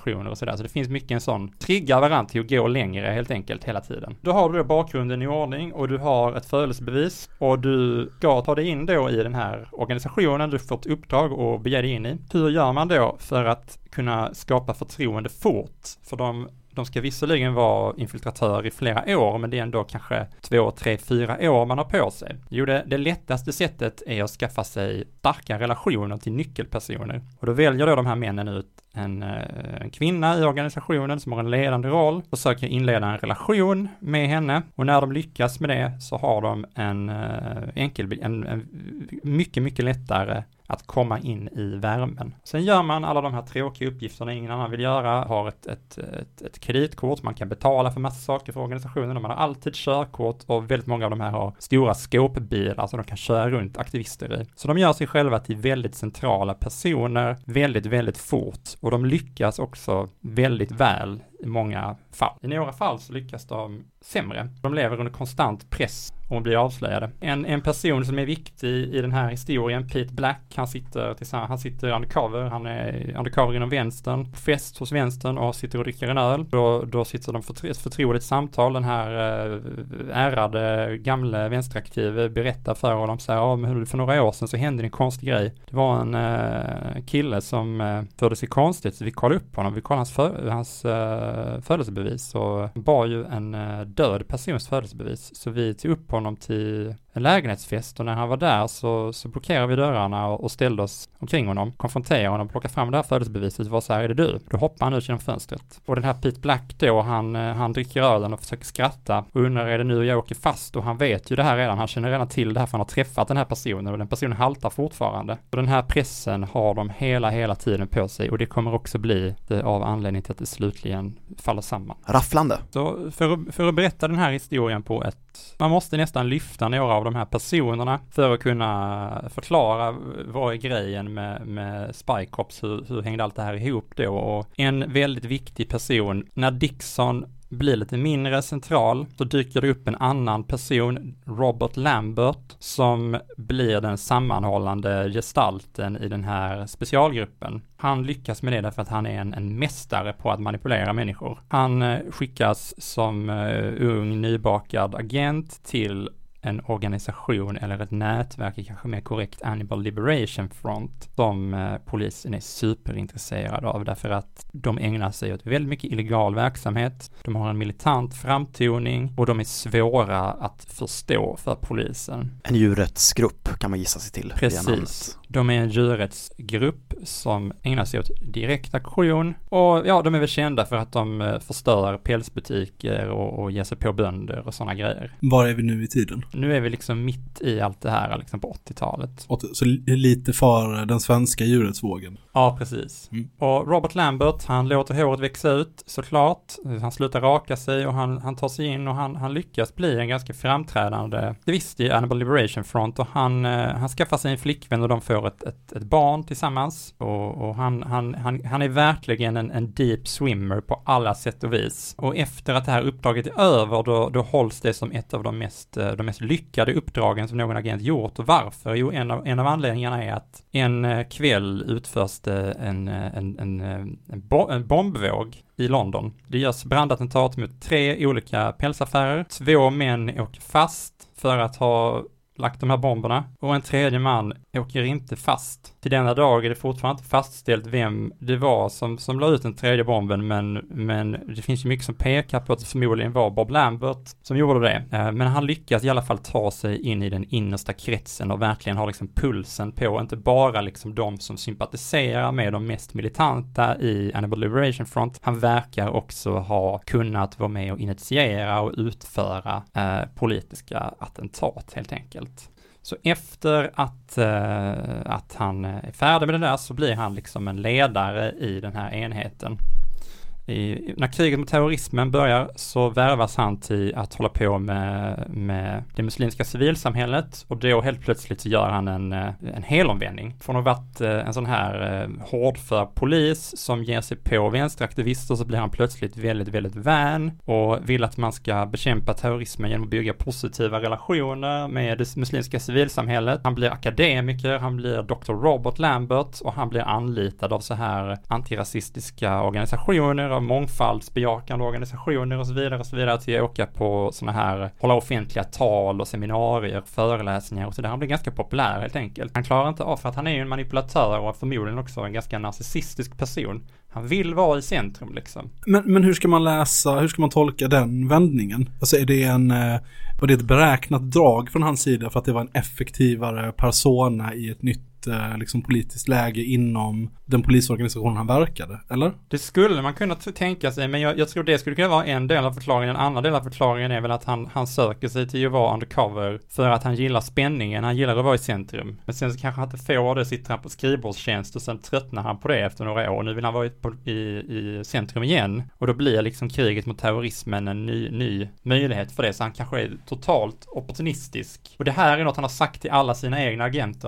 organisationer och sådär. Så det finns mycket en sån triggar varandra till att gå längre helt enkelt hela tiden. Då har du då bakgrunden i ordning och du har ett födelsebevis och du ska ta dig in då i den här organisationen. Du får ett uppdrag och bege dig in i. Hur gör man då för att kunna skapa förtroende fort? För de ska visserligen vara infiltratörer i flera år, men det är ändå kanske 2, 3, 4 år man har på sig. Jo, det lättaste sättet är att skaffa sig starka relationer till nyckelpersoner. Och då väljer då de här männen ut en kvinna i organisationen som har en ledande roll, försöker inleda en relation med henne, och när de lyckas med det så har de en mycket, mycket lättare att komma in i värmen. Sen gör man alla de här tråkiga uppgifterna ingen annan vill göra, har ett kreditkort, man kan betala för massa saker för organisationen, man har alltid körkort och väldigt många av de här har stora skåpbilar så de kan köra runt aktivister i. Så de gör sig själva till väldigt centrala personer väldigt, väldigt fort, och de lyckas också väldigt väl i många fall. I några fall så lyckas de sämre. De lever under konstant press om att bli avslöjade. En person som är viktig i den här historien, Pete Black, han sitter undercover. Han är undercover inom vänstern, på fest hos vänstern och sitter och dricker en öl. Då sitter de för ett förtroligt samtal. Den här ärade gamla vänsteraktiv berättar för honom så här, men för några år sedan så hände en konstig grej. Det var en kille som förde sig konstigt, så vi kollade upp honom. Vi kollade hans födelsebevis och var ju en död persons födelsebevis. Så vi tog upp honom till en lägenhetsfest, och när han var där så blockerade vi dörrarna och ställde oss omkring honom, konfronterade honom, plockade fram det här födelsebeviset och var så här, är det du? Då hoppar han ut genom fönstret. Och den här Pete Black då, han dricker ölen och försöker skratta och undrar, är det nu jag åker fast? Och han vet ju det här redan, han känner redan till det här för han har träffat den här personen, och den personen haltar fortfarande. Och den här pressen har de hela tiden på sig, och det kommer också bli av anledning till att det slutligen faller samman. Rafflande. Så för att berätta den här historien på man måste nästan lyfta några av de här personerna för att kunna förklara vad är grejen med Spy Cops, hur hängde allt det här ihop då. Och en väldigt viktig person, när Dixon blir lite mindre central, så dyker det upp en annan person, Robert Lambert, som blir den sammanhållande gestalten i den här specialgruppen. Han lyckas med det därför att han är en mästare på att manipulera människor. Han skickas som ung nybakad agent till en organisation eller ett nätverk, kanske mer korrekt, Animal Liberation Front, som polisen är superintresserad av därför att de ägnar sig åt väldigt mycket illegal verksamhet. De har en militant framtoning och de är svåra att förstå för polisen. En djurrättsgrupp kan man gissa sig till. Precis. De är en djurrättsgrupp som ägnar sig åt direkt aktion, och ja, de är väl kända för att de förstör pälsbutiker och ger sig på bönder och sådana grejer. Var är vi nu i tiden? Nu är vi liksom mitt i allt det här liksom på 80-talet. Så lite för den svenska djurrättsvågen. Ja, precis. Och Robert Lambert, han låter håret växa ut såklart. Han slutar raka sig och han tar sig in och han lyckas bli en ganska framträdande aktivist i Animal Liberation Front, och han skaffar sig en flickvän och de får ett barn tillsammans, och han är verkligen en deep swimmer på alla sätt och vis. Och efter att det här uppdraget är över, då hålls det som ett av de mest lyckade uppdragen som någon agent gjort. Och varför? Jo, en av anledningarna är att en kväll utförs det en bombvåg i London. Det görs brandattentat mot 3 olika pälsaffärer. 2 män åker fast för att ha lagt de här bomberna, och en tredje man åker inte fast. Till denna dag är det fortfarande inte fastställt vem det var som la ut den tredje bomben, men det finns ju mycket som pekar på att det förmodligen var Bob Lambert som gjorde det. Men han lyckas i alla fall ta sig in i den innersta kretsen och verkligen ha liksom pulsen på, inte bara liksom de som sympatiserar med de mest militanta i Animal Liberation Front. Han verkar också ha kunnat vara med och initiera och utföra politiska attentat helt enkelt. Så efter att han är färdig med det där, så blir han liksom en ledare i den här enheten. När kriget mot terrorismen börjar så värvas han till att hålla på med det muslimska civilsamhället, och då helt plötsligt så gör han en helomvändning. Från att ha varit en sån här hårdför polis som ger sig på vänsteraktivister, så blir han plötsligt väldigt, väldigt vän och vill att man ska bekämpa terrorismen genom att bygga positiva relationer med det muslimska civilsamhället. Han blir akademiker, han blir Dr. Robert Lambert, och han blir anlitad av så här antirasistiska organisationer, av mångfaldsbejakande organisationer och så vidare till att åka på såna här, hålla offentliga tal och seminarier, föreläsningar och så där. Han blir ganska populär helt enkelt. Han klarar inte av, för att han är ju en manipulatör och förmodligen också en ganska narcissistisk person. Han vill vara i centrum liksom. Men hur ska man tolka den vändningen? Alltså var det ett beräknat drag från hans sida för att det var en effektivare persona i ett nytt liksom politiskt läge inom den polisorganisationen han verkade, eller? Det skulle man kunna tänka sig, men jag tror det skulle kunna vara en del av förklaringen. En annan del av förklaringen är väl att han söker sig till att vara undercover för att han gillar spänningen, han gillar att vara i centrum. Men sen så kanske han inte får det, sitter han på skrivbordstjänst och sen tröttnar han på det efter några år. Nu vill han vara i centrum igen, och då blir liksom kriget mot terrorismen en ny möjlighet för det, så han kanske är totalt opportunistisk. Och det här är något han har sagt till alla sina egna agenter: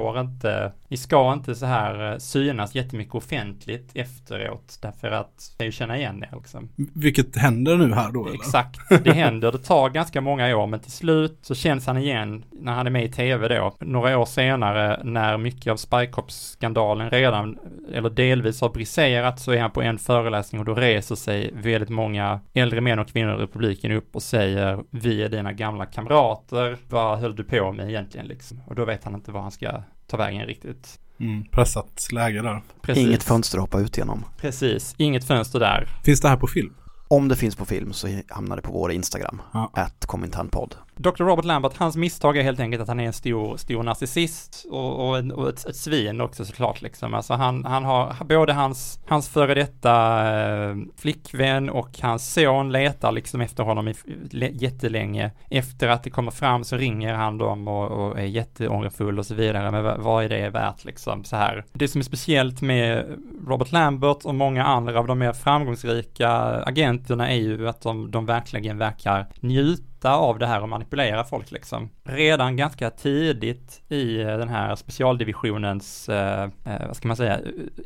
ni ska inte så här synas jättemycket offentligt efteråt, därför att jag känner igen det liksom. Vilket händer nu här då, eller? Exakt, det händer. Det tar ganska många år, men till slut så känns han igen när han är med i tv då. Några år senare, när mycket av Spy-Cops-skandalen redan eller delvis har briserat, så är han på en föreläsning, och då reser sig väldigt många äldre män och kvinnor i publiken upp och säger: vi är dina gamla kamrater, vad höll du på med egentligen liksom? Och då vet han inte vad han ska ta vägen riktigt. Pressat läge där. Precis. Inget fönster att hoppa ut genom. Precis, inget fönster där. Finns det här på film? Om det finns på film så hamnar det på vår Instagram, @kominternpodd. Dr. Robert Lambert, hans misstag är helt enkelt att han är en stor narcissist och ett svin också såklart liksom. Alltså han har både hans före detta flickvän och hans son letar liksom efter honom jättelänge. Efter att det kommer fram så ringer han dem och är jätteångerfull och så vidare. Men vad är det värt liksom så här. Det som är speciellt med Robert Lambert och många andra av de mer framgångsrika agenterna är ju att de verkligen verkar njuta av det här och manipulera folk liksom. Redan ganska tidigt i den här specialdivisionens vad ska man säga,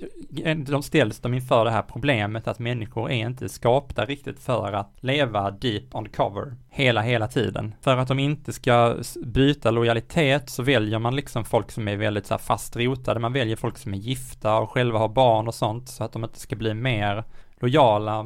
de ställs de inför det här problemet att människor är inte skapta riktigt för att leva deep undercover hela tiden. För att de inte ska byta lojalitet så väljer man liksom folk som är väldigt så här fastrotade. Man väljer folk som är gifta och själva har barn och sånt, så att de inte ska bli mer lojala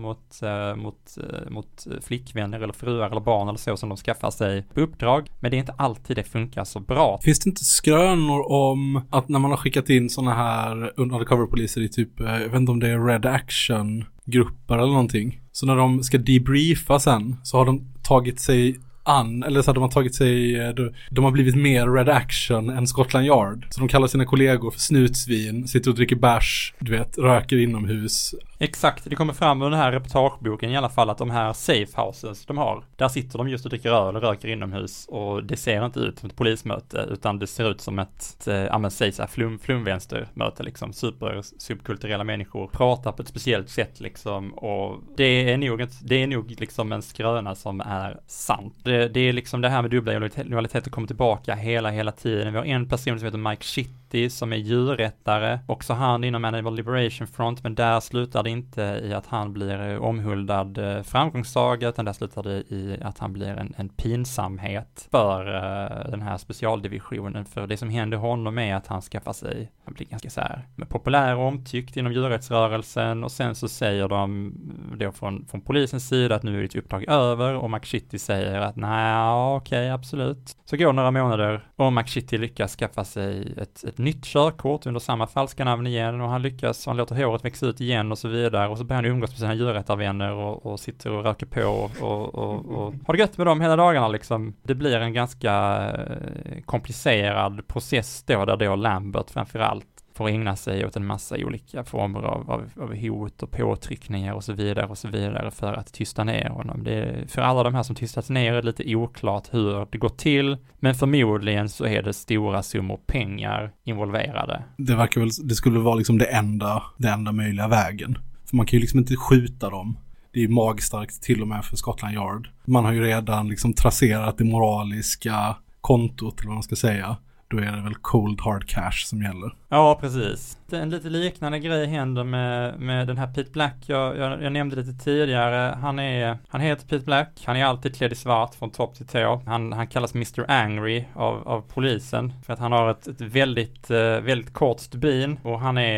mot flickvänner eller fruar eller barn eller så som de skaffar sig på uppdrag. Men det är inte alltid det funkar så bra. Finns det inte skrönor om att när man har skickat in såna här undercover-poliser i typ, jag vet inte om det är Red Action-grupper eller någonting, så när de ska debriefa sen så har de tagit sig eller så att de har blivit mer Red Action än Scotland Yard. Så de kallar sina kollegor för snutsvin, sitter och dricker bärs, du vet, röker inomhus. Exakt, det kommer fram ur den här reportageboken i alla fall att de här safe houses de har, där sitter de just och dricker öl och röker inomhus, och det ser inte ut som ett polismöte utan det ser ut som ett flumvänstermöte liksom, subkulturella människor pratar på ett speciellt sätt liksom, och det är nog liksom en skröna som är sant. Det är liksom det här med dubbla lojaliteter kommer tillbaka hela tiden. Vi har en person som heter Mike Shitty som är djurrättare, också han inom Animal Liberation Front, men där slutar det inte i att han blir omhuldad framgångssaga, utan där slutar det i att han blir en pinsamhet för den här specialdivisionen. För det som händer honom är att han blir ganska så här populär och omtyckt inom djurrättsrörelsen, och sen så säger de då från polisens sida att nu är ditt uppdrag över, och McShitty säger att okej, absolut. Så går några månader och McShitty lyckas skaffa sig ett nytt körkort under samma falska namn igen, och han låter håret växa ut igen och så vidare, och så börjar han umgås med sina djurrättarvänner och sitter och röker på och har det gött med dem hela dagarna liksom. Det blir en ganska komplicerad process då, där då Lambert framförallt får ägna sig åt en massa olika former av hot och påtryckningar och så vidare för att tysta ner honom. För alla de här som tystats ner är det lite oklart hur det går till, men förmodligen så är det stora summor pengar involverade. Det skulle vara liksom det enda möjliga vägen. För man kan ju liksom inte skjuta dem. Det är ju magstarkt till och med för Scotland Yard. Man har ju redan liksom traserat det moraliska kontot, eller vad man ska säga. Då är det väl cold hard cash som gäller. Ja, precis. En lite liknande grej händer med den här Pete Black. Jag nämnde lite tidigare. Han heter Pete Black. Han är alltid klädd i svart från topp till tå. Han kallas Mr. Angry av polisen. För att han har ett väldigt kort stubin. Och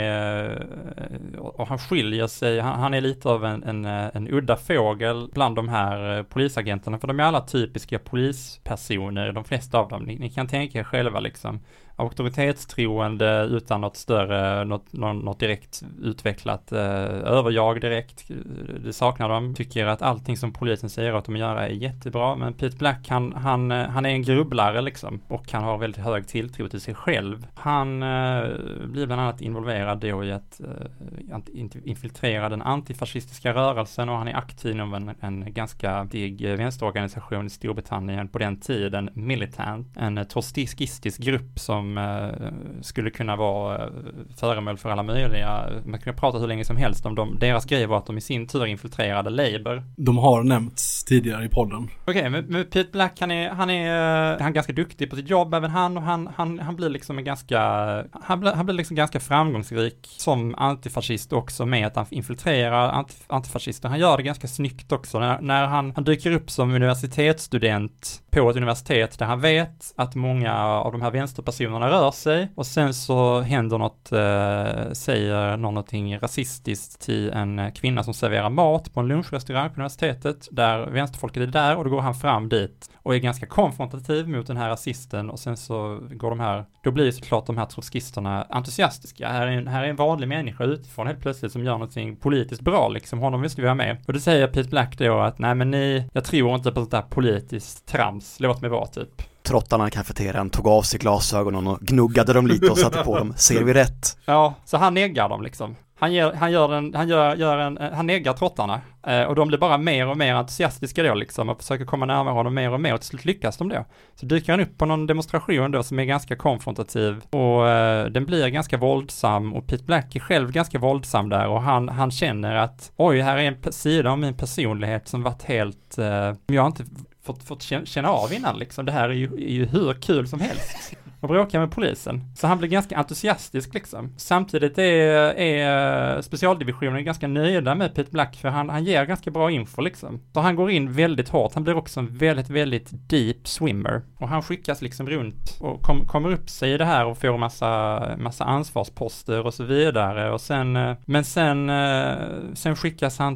han skiljer sig. Han är lite av en udda fågel bland de här polisagenterna. För de är alla typiska polispersoner. De flesta av dem. Ni kan tänka er själva liksom. Auktoritetstroende utan något större, något direkt utvecklat överjag direkt. Det saknar de. Tycker att allting som polisen säger att de gör är jättebra. Men Pete Black, han är en grubblare liksom. Och han har väldigt hög tilltro till sig själv. Han blir bland annat involverad då i att infiltrera den antifascistiska rörelsen. Och han är aktiv inom en ganska dig vänsterorganisation i Storbritannien på den tiden, Militant. En trotskistisk grupp som skulle kunna vara föremål för alla möjliga. Man kan prata hur länge som helst om dem. Deras grej var att de i sin tur infiltrerade Labour. De har nämnts tidigare i podden. Okej, men Pete Black han är ganska duktig på sitt jobb, även han, och han blir liksom han blir liksom ganska framgångsrik som antifascist också, med att han infiltrerar antifascister. Han gör det ganska snyggt också när han dyker upp som universitetsstudent på ett universitet där han vet att många av de här vänsterpersonerna rör sig, och sen så händer säger någonting rasistiskt till en kvinna som serverar mat på en lunchrestaurang på universitetet där vänsterfolket är där, och då går han fram dit och är ganska konfrontativ mot den här rasisten, och sen så då blir såklart de här trotskisterna entusiastiska. Här är en vanlig människa utifrån helt plötsligt som gör någonting politiskt bra liksom, honom visste vi vara med. Och det säger Pete Black då att nej men jag tror inte på sånt där politiskt trams, låt mig vara typ. Trottarna i kafeterian tog av sig glasögonen och gnuggade dem lite och satte på dem. Ser vi rätt? Ja, så han neggar dem liksom. Han neggar trottarna och de blir bara mer och mer entusiastiska då liksom och försöker komma närmare honom mer och mer, och till slut lyckas de då. Så dyker han upp på någon demonstration då som är ganska konfrontativ, och den blir ganska våldsam, och Pete Black är själv ganska våldsam där, och han känner att oj, här är en sida av min personlighet som varit helt jag har inte fått känna av innan liksom. Det här är ju hur kul som helst. Och bråkar med polisen. Så han blir ganska entusiastisk liksom. Samtidigt är specialdivisionen ganska nöjda med Pete Black, för han ger ganska bra info liksom. Så han går in väldigt hårt. Han blir också en väldigt, väldigt deep swimmer. Och han skickas liksom runt och kommer upp sig i det här och får massa ansvarsposter och så vidare. Och sen skickas han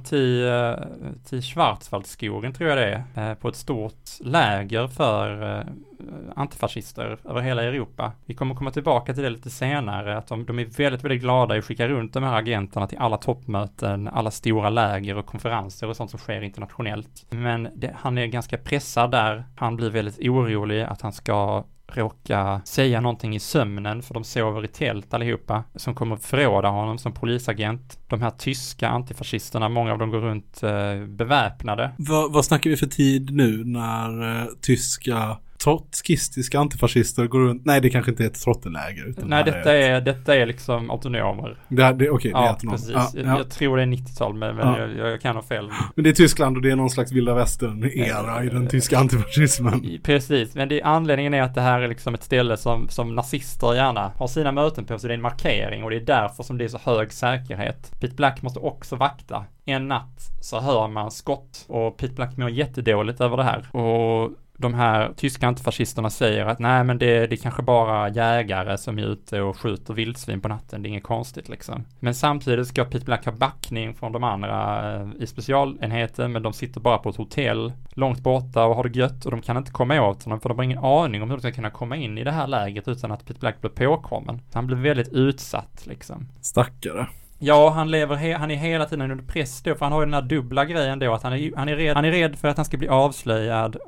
till Schwarzwaldskogen, tror jag det är, på ett stort läger för antifascister över hela Europa. Vi kommer komma tillbaka till det lite senare, att de är väldigt, väldigt glada i att skicka runt de här agenterna till alla toppmöten, alla stora läger och konferenser och sånt som sker internationellt. Men han är ganska pressad där. Han blir väldigt orolig att han ska råka säga någonting i sömnen, för de sover i tält allihopa, som kommer förråda honom som polisagent. De här tyska antifascisterna, många av dem går runt beväpnade. Vad snackar vi för tid nu när tyska trotskistiska antifascister går runt? Nej, det kanske inte är ett trotteläger. Nej, detta är liksom autonomer. Okej, det är autonomer. Precis. Ja. Jag tror det är 90-tal, men jag kan ha fel. Men det är Tyskland, och det är någon slags vilda västern-era i den tyska antifascismen. Precis, men anledningen är att det här är liksom ett ställe som nazister gärna har sina möten på, så det är en markering, och det är därför som det är så hög säkerhet. Pete Black måste också vakta. En natt så hör man skott, och Pete Black mår jättedåligt över det här. Och de här tyska antifascisterna säger att nej, men det är kanske bara jägare som är ute och skjuter vildsvin på natten. Det är inget konstigt liksom. Men samtidigt ska Pete Black ha backning från de andra i specialenheten, men de sitter bara på ett hotell långt borta och har det gött, och de kan inte komma åt honom, för de har ingen aning om hur de ska kunna komma in i det här läget utan att Pete Black blir påkommen. Så han blir väldigt utsatt liksom. Stackare. Ja, han är hela tiden under press då, för han har ju den här dubbla grejen då, att han är rädd för att han ska bli avslöjad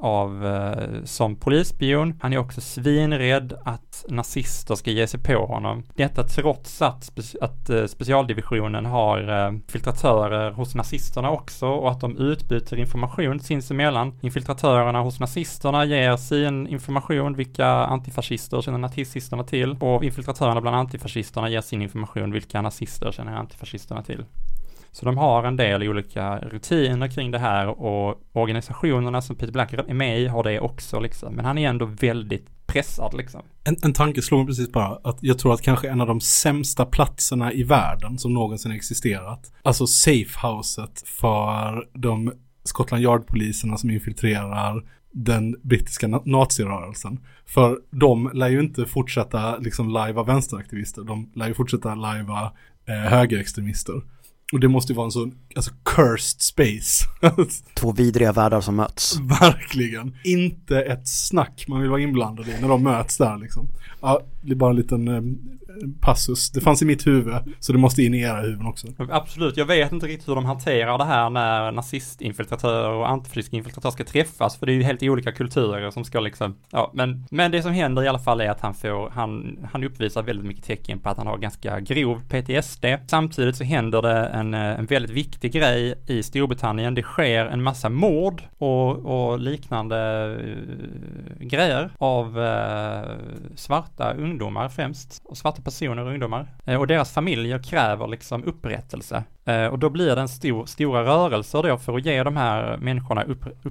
som polisspion. Han är också svinrädd att nazister ska ge sig på honom. Detta trots att specialdivisionen har filtratörer hos nazisterna också, och att de utbyter information sinsemellan. Infiltratörerna hos nazisterna ger sin information, vilka antifascister känner nazisterna till, och infiltratörerna bland antifascisterna ger sin information, vilka nazister känner antifascisterna till. Så de har en del olika rutiner kring det här och organisationerna som Peter Black är med i har det också liksom. Men han är ändå väldigt pressad liksom. En tanke slår mig precis bara att jag tror att kanske en av de sämsta platserna i världen som någonsin existerat, alltså safehouset för de Scotland Yard-poliserna som infiltrerar den brittiska nazirörelsen. För de lär ju inte fortsätta liksom lajva vänsteraktivister. De lär ju fortsätta lajva högerextremister. Och det måste ju vara en sån cursed space. 2 vidriga världar som möts. Verkligen. Inte ett snack man vill vara inblandad i när de möts där liksom. Ja, det är bara en liten passus. Det fanns i mitt huvud, så det måste in i era huvuden också. Absolut, jag vet inte riktigt hur de hanterar det här när nazistinfiltratörer och antifascistiska infiltratörer ska träffas, för det är ju helt olika kulturer som ska liksom, ja, men det som händer i alla fall är att han uppvisar väldigt mycket tecken på att han har ganska grov PTSD. Samtidigt så händer det en väldigt viktig grej i Storbritannien. Det sker en massa mord och liknande grejer av svarta ungdomar främst, och svarta personer och ungdomar. Och deras familjer kräver liksom upprättelse. Och då blir det en stora rörelser då för att ge de här människorna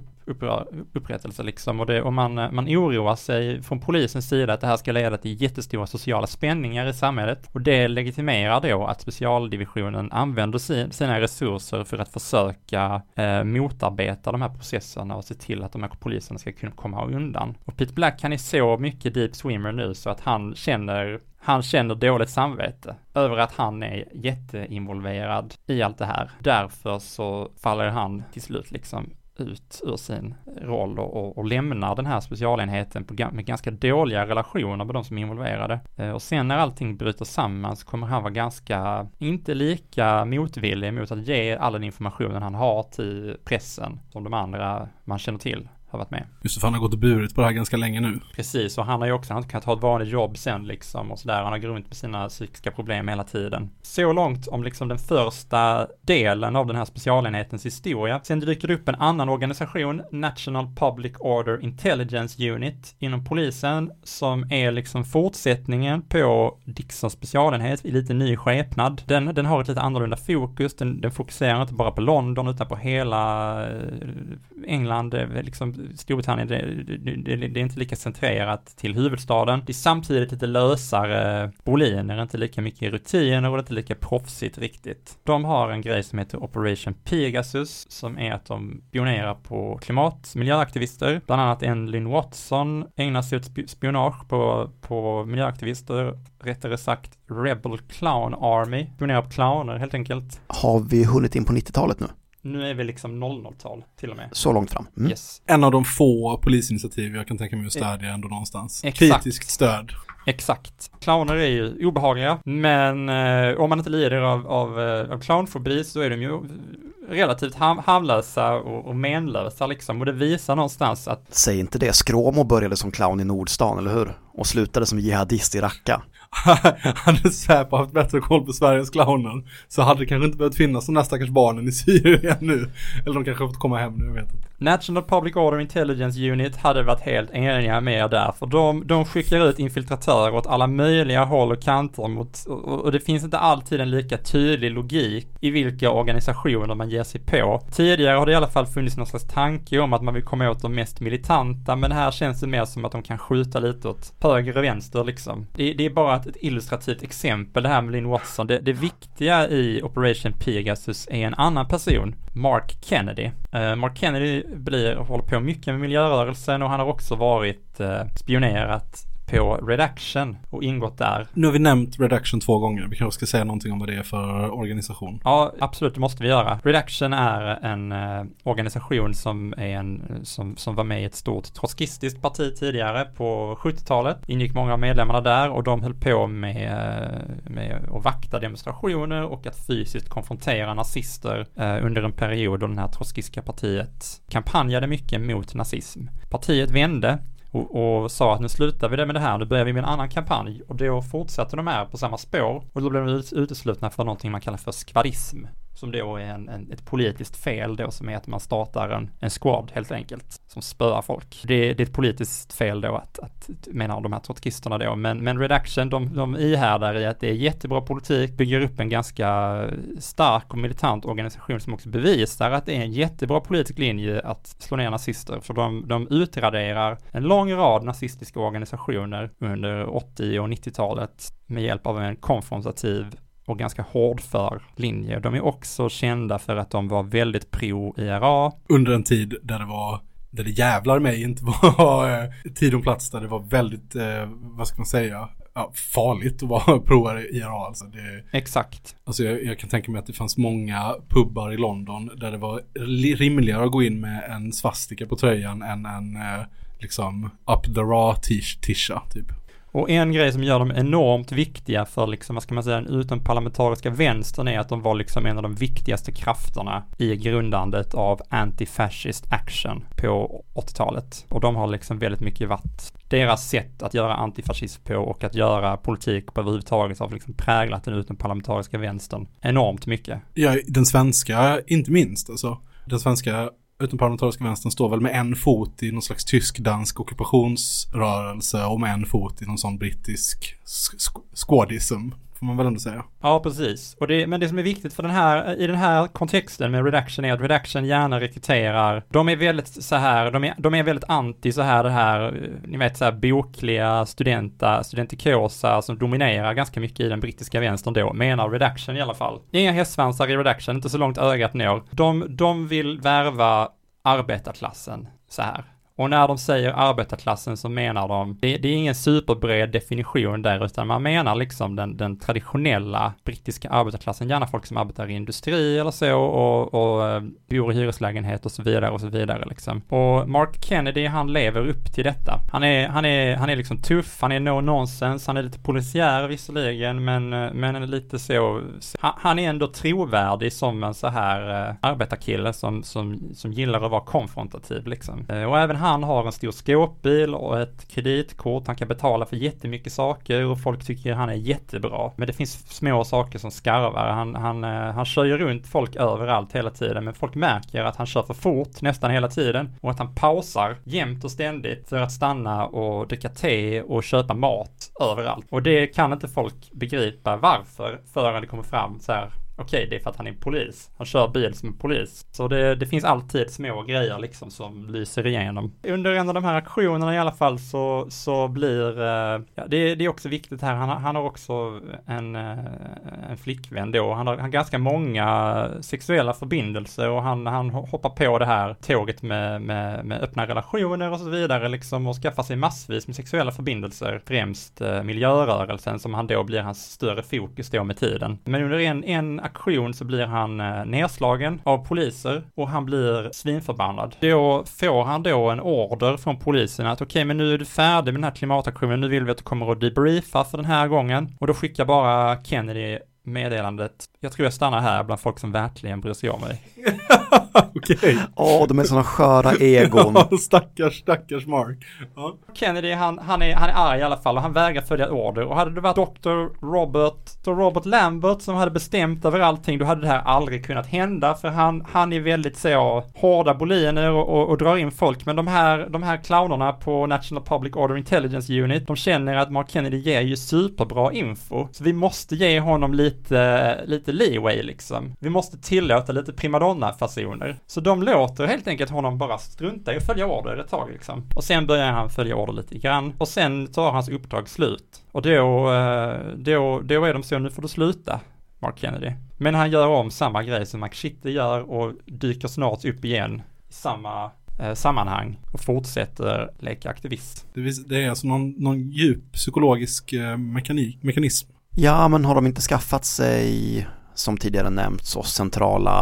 upprättelse liksom. Och man oroar sig från polisens sida att det här ska leda till jättestora sociala spänningar i samhället. Och det legitimerar då att specialdivisionen använder sina resurser för att försöka motarbeta de här processerna och se till att de här poliserna ska kunna komma undan. Och Pete Black, han är så mycket deep swimmer nu så att han känner dåligt samvete över att han är jätteinvolverad i allt det här. Därför så faller han till slut liksom ut ur sin roll och lämnar den här specialenheten med ganska dåliga relationer med de som är involverade. Och sen när allting bryter samman så kommer han vara inte lika motvillig mot att ge all den informationen han har till pressen som de andra man känner till har varit med. Just det, för han har gått och burit på det här ganska länge nu. Precis, och han har ju också kunnat ta ett vanligt jobb sen liksom och sådär. Han har grunt med sina psykiska problem hela tiden. Så långt om liksom den första delen av den här specialenhetens historia. Sen dyker det upp en annan organisation, National Public Order Intelligence Unit inom polisen, som är liksom fortsättningen på Dixons specialenhet i lite ny skepnad. Den har ett lite annorlunda fokus. Den fokuserar inte bara på London utan på hela England, liksom Storbritannien. Det är inte lika centrerat till huvudstaden. Det är samtidigt lite lösare boliner, inte lika mycket rutiner och inte lika proffsigt riktigt. De har en grej som heter Operation Pegasus, som är att de spionerar på miljöaktivister. Bland annat en Lynn Watson ägnar sig åt spionage på miljöaktivister, rättare sagt Rebel Clown Army. Spionerar på clowner helt enkelt. Har vi hunnit in på 90-talet nu? Nu är vi liksom 00-tal till och med. Så långt fram. Mm. Yes. En av de få polisinitiativ jag kan tänka mig att stödja ändå någonstans. Exakt. Kritiskt stöd. Exakt. Clowner är ju obehagliga, men om man inte lider av clownfobi så är de ju relativt harmlösa och menlösa liksom. Och det visar någonstans att... Säg inte det. Skråmo började som clown i Nordstan, eller hur? Och slutade som jihadist i Raqqa. Hade Säpo haft bättre koll på Sveriges clowner så hade det kanske inte behövt finnas de där stackars barnen i Syrien nu. Eller de kanske har fått komma hem nu, jag vet inte. National Public Order Intelligence Unit hade varit helt eniga med där, för de skickar ut infiltratörer åt alla möjliga håll och kanter och det finns inte alltid en lika tydlig logik i vilka organisationer man ger sig på. Tidigare har det i alla fall funnits någon slags tanke om att man vill komma åt de mest militanta, men här känns det mer som att de kan skjuta lite åt höger och vänster liksom. Det är bara ett illustrativt exempel det här med Lynn Watson. Det viktiga i Operation Pegasus är en annan person, Mark Kennedy. Mark Kennedy håller på mycket med miljörörelsen och han har också varit spionerat på Red Action och ingått där. Nu har vi nämnt Red Action 2 gånger. Vi kanske ska säga någonting om vad det är för organisation. Ja, absolut, det måste vi göra. Red Action är en organisation som var med i ett stort trotskistiskt parti tidigare på 70-talet. Ingick många av medlemmarna där och de höll på med att vakta demonstrationer och att fysiskt konfrontera nazister under en period då det här trotskistiska partiet kampanjade mycket mot nazism. Partiet vände och sa att nu slutar vi det med det här, nu börjar vi med en annan kampanj, och då fortsätter de här på samma spår och då blev de uteslutna för någonting man kallar för skvadism. som då är ett politiskt fel då, som är att man startar en squad helt enkelt, som spöar folk. Det är ett politiskt fel då att menar de här trotskisterna då, men Red Action, de ihärdar i att det är jättebra politik, bygger upp en ganska stark och militant organisation som också bevisar att det är en jättebra politisk linje att slå ner nazister, för de utraderar en lång rad nazistiska organisationer under 80- och 90-talet med hjälp av en konfrontativ och ganska hårdför linje. De är också kända för att de var väldigt pro-IRA. Under en tid där det jävlar mig inte var tid och plats, där det var väldigt, vad ska man säga, farligt att vara pro-IRA. Alltså Exakt. Alltså jag kan tänka mig att det fanns många pubbar i London där det var rimligare att gå in med en svastika på tröjan än en liksom up the raw tisha typ. Och en grej som gör dem enormt viktiga för liksom, vad ska man säga, den utomparlamentariska vänstern är att de var liksom en av de viktigaste krafterna i grundandet av anti-fascist action på 80-talet. Och de har liksom väldigt mycket varit deras sätt att göra antifascism på och att göra politik på överhuvudtaget har liksom präglat den utomparlamentariska vänstern enormt mycket. Ja, den svenska inte minst alltså. Den svenska utomparlamentariska vänstern står väl med en fot i någon slags tysk-dansk ockupationsrörelse och med en fot i någon sån brittisk skådism, får man väl ändå säga. Ja, precis. Men det som är viktigt för i den här kontexten med Red Action är att Red Action gärna rekryterar. De är väldigt så här, de är väldigt anti så här det här, ni vet så här bokliga studentikosa som dominerar ganska mycket i den brittiska vänstern då, menar Red Action i alla fall. Inga hästsvansar i Red Action, inte så långt ögat når. De vill värva arbetarklassen så här. Och när de säger arbetarklassen så menar de, det är ingen superbred definition där, utan man menar liksom den traditionella brittiska arbetarklassen, gärna folk som arbetar i industri eller så och bor i hyreslägenhet och så vidare liksom. Och Mark Kennedy, han lever upp till detta. Han är liksom tuff, han är no nonsense, han är lite polisiär visserligen, men lite så, han är ändå trovärdig som en så här arbetarkille som gillar att vara konfrontativ liksom. Och även han har en stor skåpbil och ett kreditkort. Han kan betala för jättemycket saker och folk tycker han är jättebra. Men det finns små saker som skarvar. Han kör ju runt folk överallt hela tiden, men folk märker att han kör för fort nästan hela tiden och att han pausar jämt och ständigt för att stanna och dricka te och köpa mat överallt. Och det kan inte folk begripa varför förrän det kommer fram så här. Okej, det är för att han är polis. Han kör bil som en polis. Så det finns alltid små grejer liksom som lyser igenom. Under en av de här aktionerna i alla fall så blir... det är också viktigt här. Han har också en flickvän då. Han har ganska många sexuella förbindelser och han hoppar på det här tåget med öppna relationer och så vidare liksom och skaffar sig massvis med sexuella förbindelser. Främst miljörörelsen som han då blir hans större fokus då med tiden. Men under en aktion så blir han nedslagen av poliser och han blir svinförbannad. Då får han då en order från polisen att okej, men nu är du färdig med den här klimataktionen, nu vill vi att du kommer att debriefa för den här gången. Och då skickar bara Kennedy meddelandet: jag tror jag stannar här bland folk som verkligen bryr sig om mig. Okej. De är såna sköra egon. stackars Mark. Ja. Kennedy, han är arg i alla fall och han vägrar följa order. Och hade det varit Dr. Robert Lambert som hade bestämt över allting, då hade det här aldrig kunnat hända, för han är väldigt så hårda boliner och drar in folk. Men de här clownerna på National Public Order Intelligence Unit, de känner att Mark Kennedy ger ju superbra info. Så vi måste ge honom lite leeway liksom. Vi måste tillåta lite primadonna-fasoner. Så de låter helt enkelt honom bara strunta i att följa order ett tag liksom. Och sen börjar han följa order lite grann. Och sen tar hans uppdrag slut. Och då är de så, nu får du sluta, Mark Kennedy. Men han gör om samma grej som McShitty gör och dyker snart upp igen i samma sammanhang och fortsätter leka aktivist. Det är alltså någon djup psykologisk mekanism. Ja, men har de inte skaffat sig, som tidigare nämnt, så centrala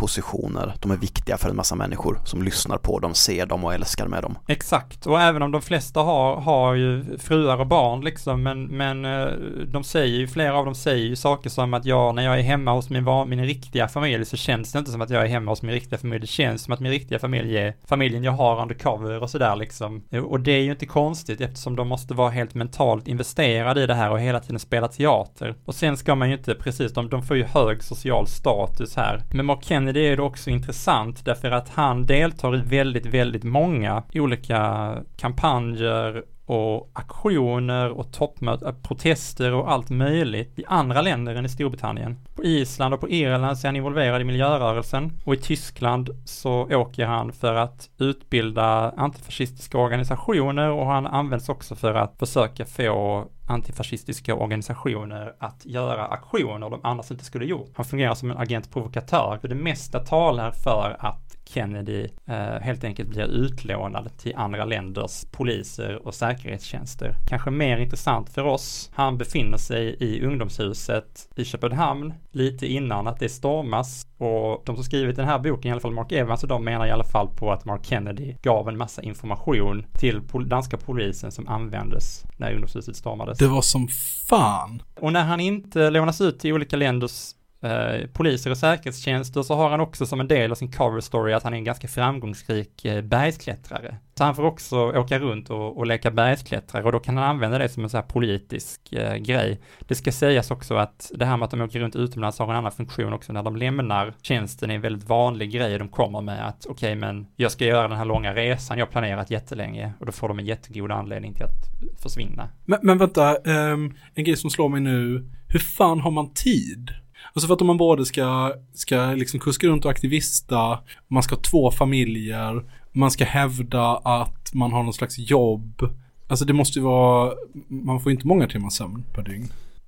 maktpositioner. De är viktiga för en massa människor som lyssnar på dem, ser dem och älskar med dem. Exakt, och även om de flesta har ju fruar och barn liksom, men de säger ju, flera av dem säger ju saker som att när jag är hemma hos min riktiga familj så känns det inte som att jag är hemma hos min riktiga familj. Det känns som att min riktiga familj är familjen jag har undercover och sådär liksom. Och det är ju inte konstigt eftersom de måste vara helt mentalt investerade i det här och hela tiden spela teater. Och sen ska man ju inte, precis, de får ju hög social status här. Men Mark Kennedy är ju också intressant därför att han deltar i väldigt, väldigt många olika kampanjer och aktioner och protester och allt möjligt i andra länder än i Storbritannien. På Island och på Irland så är han involverad i miljörörelsen, och i Tyskland så åker han för att utbilda antifascistiska organisationer, och han används också för att försöka få antifascistiska organisationer att göra aktioner de annars inte skulle gjort. Han fungerar som en agent-provokatör, för det mesta talar för att Kennedy helt enkelt blir utlånad till andra länders poliser och säkerhetstjänster. Kanske mer intressant för oss, han befinner sig i ungdomshuset i Köpenhamn lite innan att det stormas, och de som skrivit den här boken, i alla fall Mark Evans, och de menar i alla fall på att Mark Kennedy gav en massa information till danska polisen som användes när ungdomshuset stormades. Det var som fan. Och när han inte lånas ut till olika länders poliser och säkerhetstjänster så har han också som en del av sin cover story att han är en ganska framgångsrik bergsklättrare. Så han får också åka runt och leka bergsklättrare, och då kan han använda det som en så här politisk grej. Det ska sägas också att det här med att de åker runt utomlands har en annan funktion också. När de lämnar tjänsten är en väldigt vanlig grej de kommer med, att okej, men jag ska göra den här långa resan jag har planerat jättelänge, och då får de en jättegod anledning till att försvinna. Men vänta, en grej som slår mig nu, hur fan har man tid? Alltså för att om man både ska liksom kuska runt och aktivista, man ska ha 2 familjer, man ska hävda att man har någon slags jobb. Alltså det måste ju vara, man får inte många timmar sömn per dygn.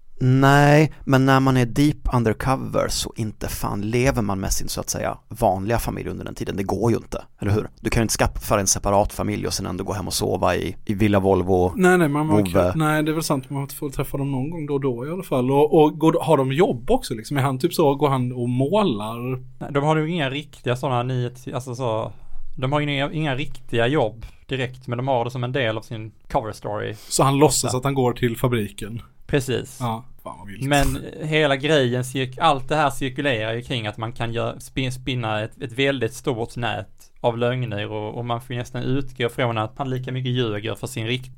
Nej, men när man är deep undercover så inte fan lever man med sin så att säga vanliga familj under den tiden. Det går ju inte, eller hur? Du kan ju inte skaffa en separat familj och sen ändå gå hem och sova i Villa Volvo. Nej, nej, det är väl sant. Man får träffa dem någon gång då i alla fall. Och har de jobb också liksom? Är han typ så, går han och målar? Nej, de har ju inga riktiga sådana de har ju inga riktiga jobb direkt, men de har det som en del av sin cover story. Så han låtsas att han går till fabriken? Precis. Ja, fan vad vilt. Men hela grejen, allt det här cirkulerar ju kring att man kan spinna ett väldigt stort nät av lögner, och man får nästan utgå från att han lika mycket ljuger för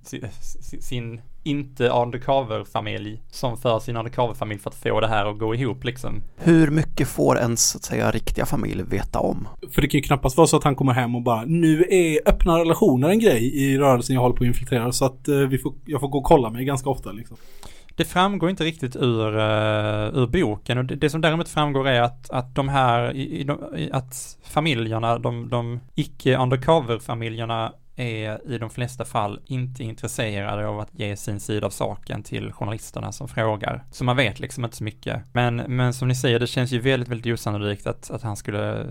sin inte undercover-familj som för sin undercover-familj för att få det här att gå ihop liksom. Hur mycket får ens så att säga riktiga familj veta om? För det kan ju knappast vara så att han kommer hem och bara, nu är öppna relationer en grej i rörelsen jag håller på att infiltrera, så att jag får gå och kolla mig ganska ofta liksom. Det framgår inte riktigt ur boken, och det som däremot framgår är att de här att familjerna, de icke-undercover-familjerna är i de flesta fall inte intresserade av att ge sin sida av saken till journalisterna som frågar. Så man vet liksom inte så mycket. Men som ni säger, det känns ju väldigt, väldigt osannolikt att han skulle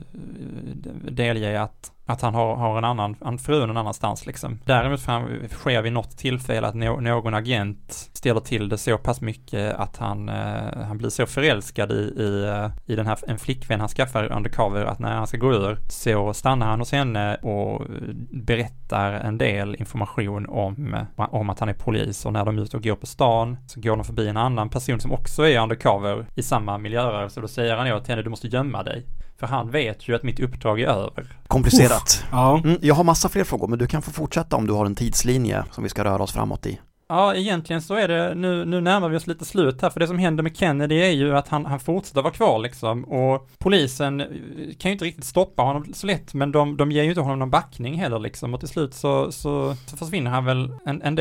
delge att han har en fru någon annanstans liksom. Däremot sker vid något tillfälle att någon agent ställer till det så pass mycket att han blir så förälskad i den här en flickvän han skaffar undercover, att när han ska gå ur så stannar han hos henne och berättar en del information om att han är polis, och när de är ute och går på stan så går de förbi en annan person som också är undercover i samma miljöer, då säger han åt henne, du måste gömma dig. För han vet ju att mitt uppdrag är över. Komplicerat. Ja. Jag har massa fler frågor, men du kan få fortsätta om du har en tidslinje som vi ska röra oss framåt i. Ja, egentligen så är det, nu närmar vi oss lite slut här, för det som händer med Kennedy är ju att han fortsätter vara kvar liksom, och polisen kan ju inte riktigt stoppa honom så lätt, men de ger ju inte honom någon backning heller liksom, och till slut så försvinner han väl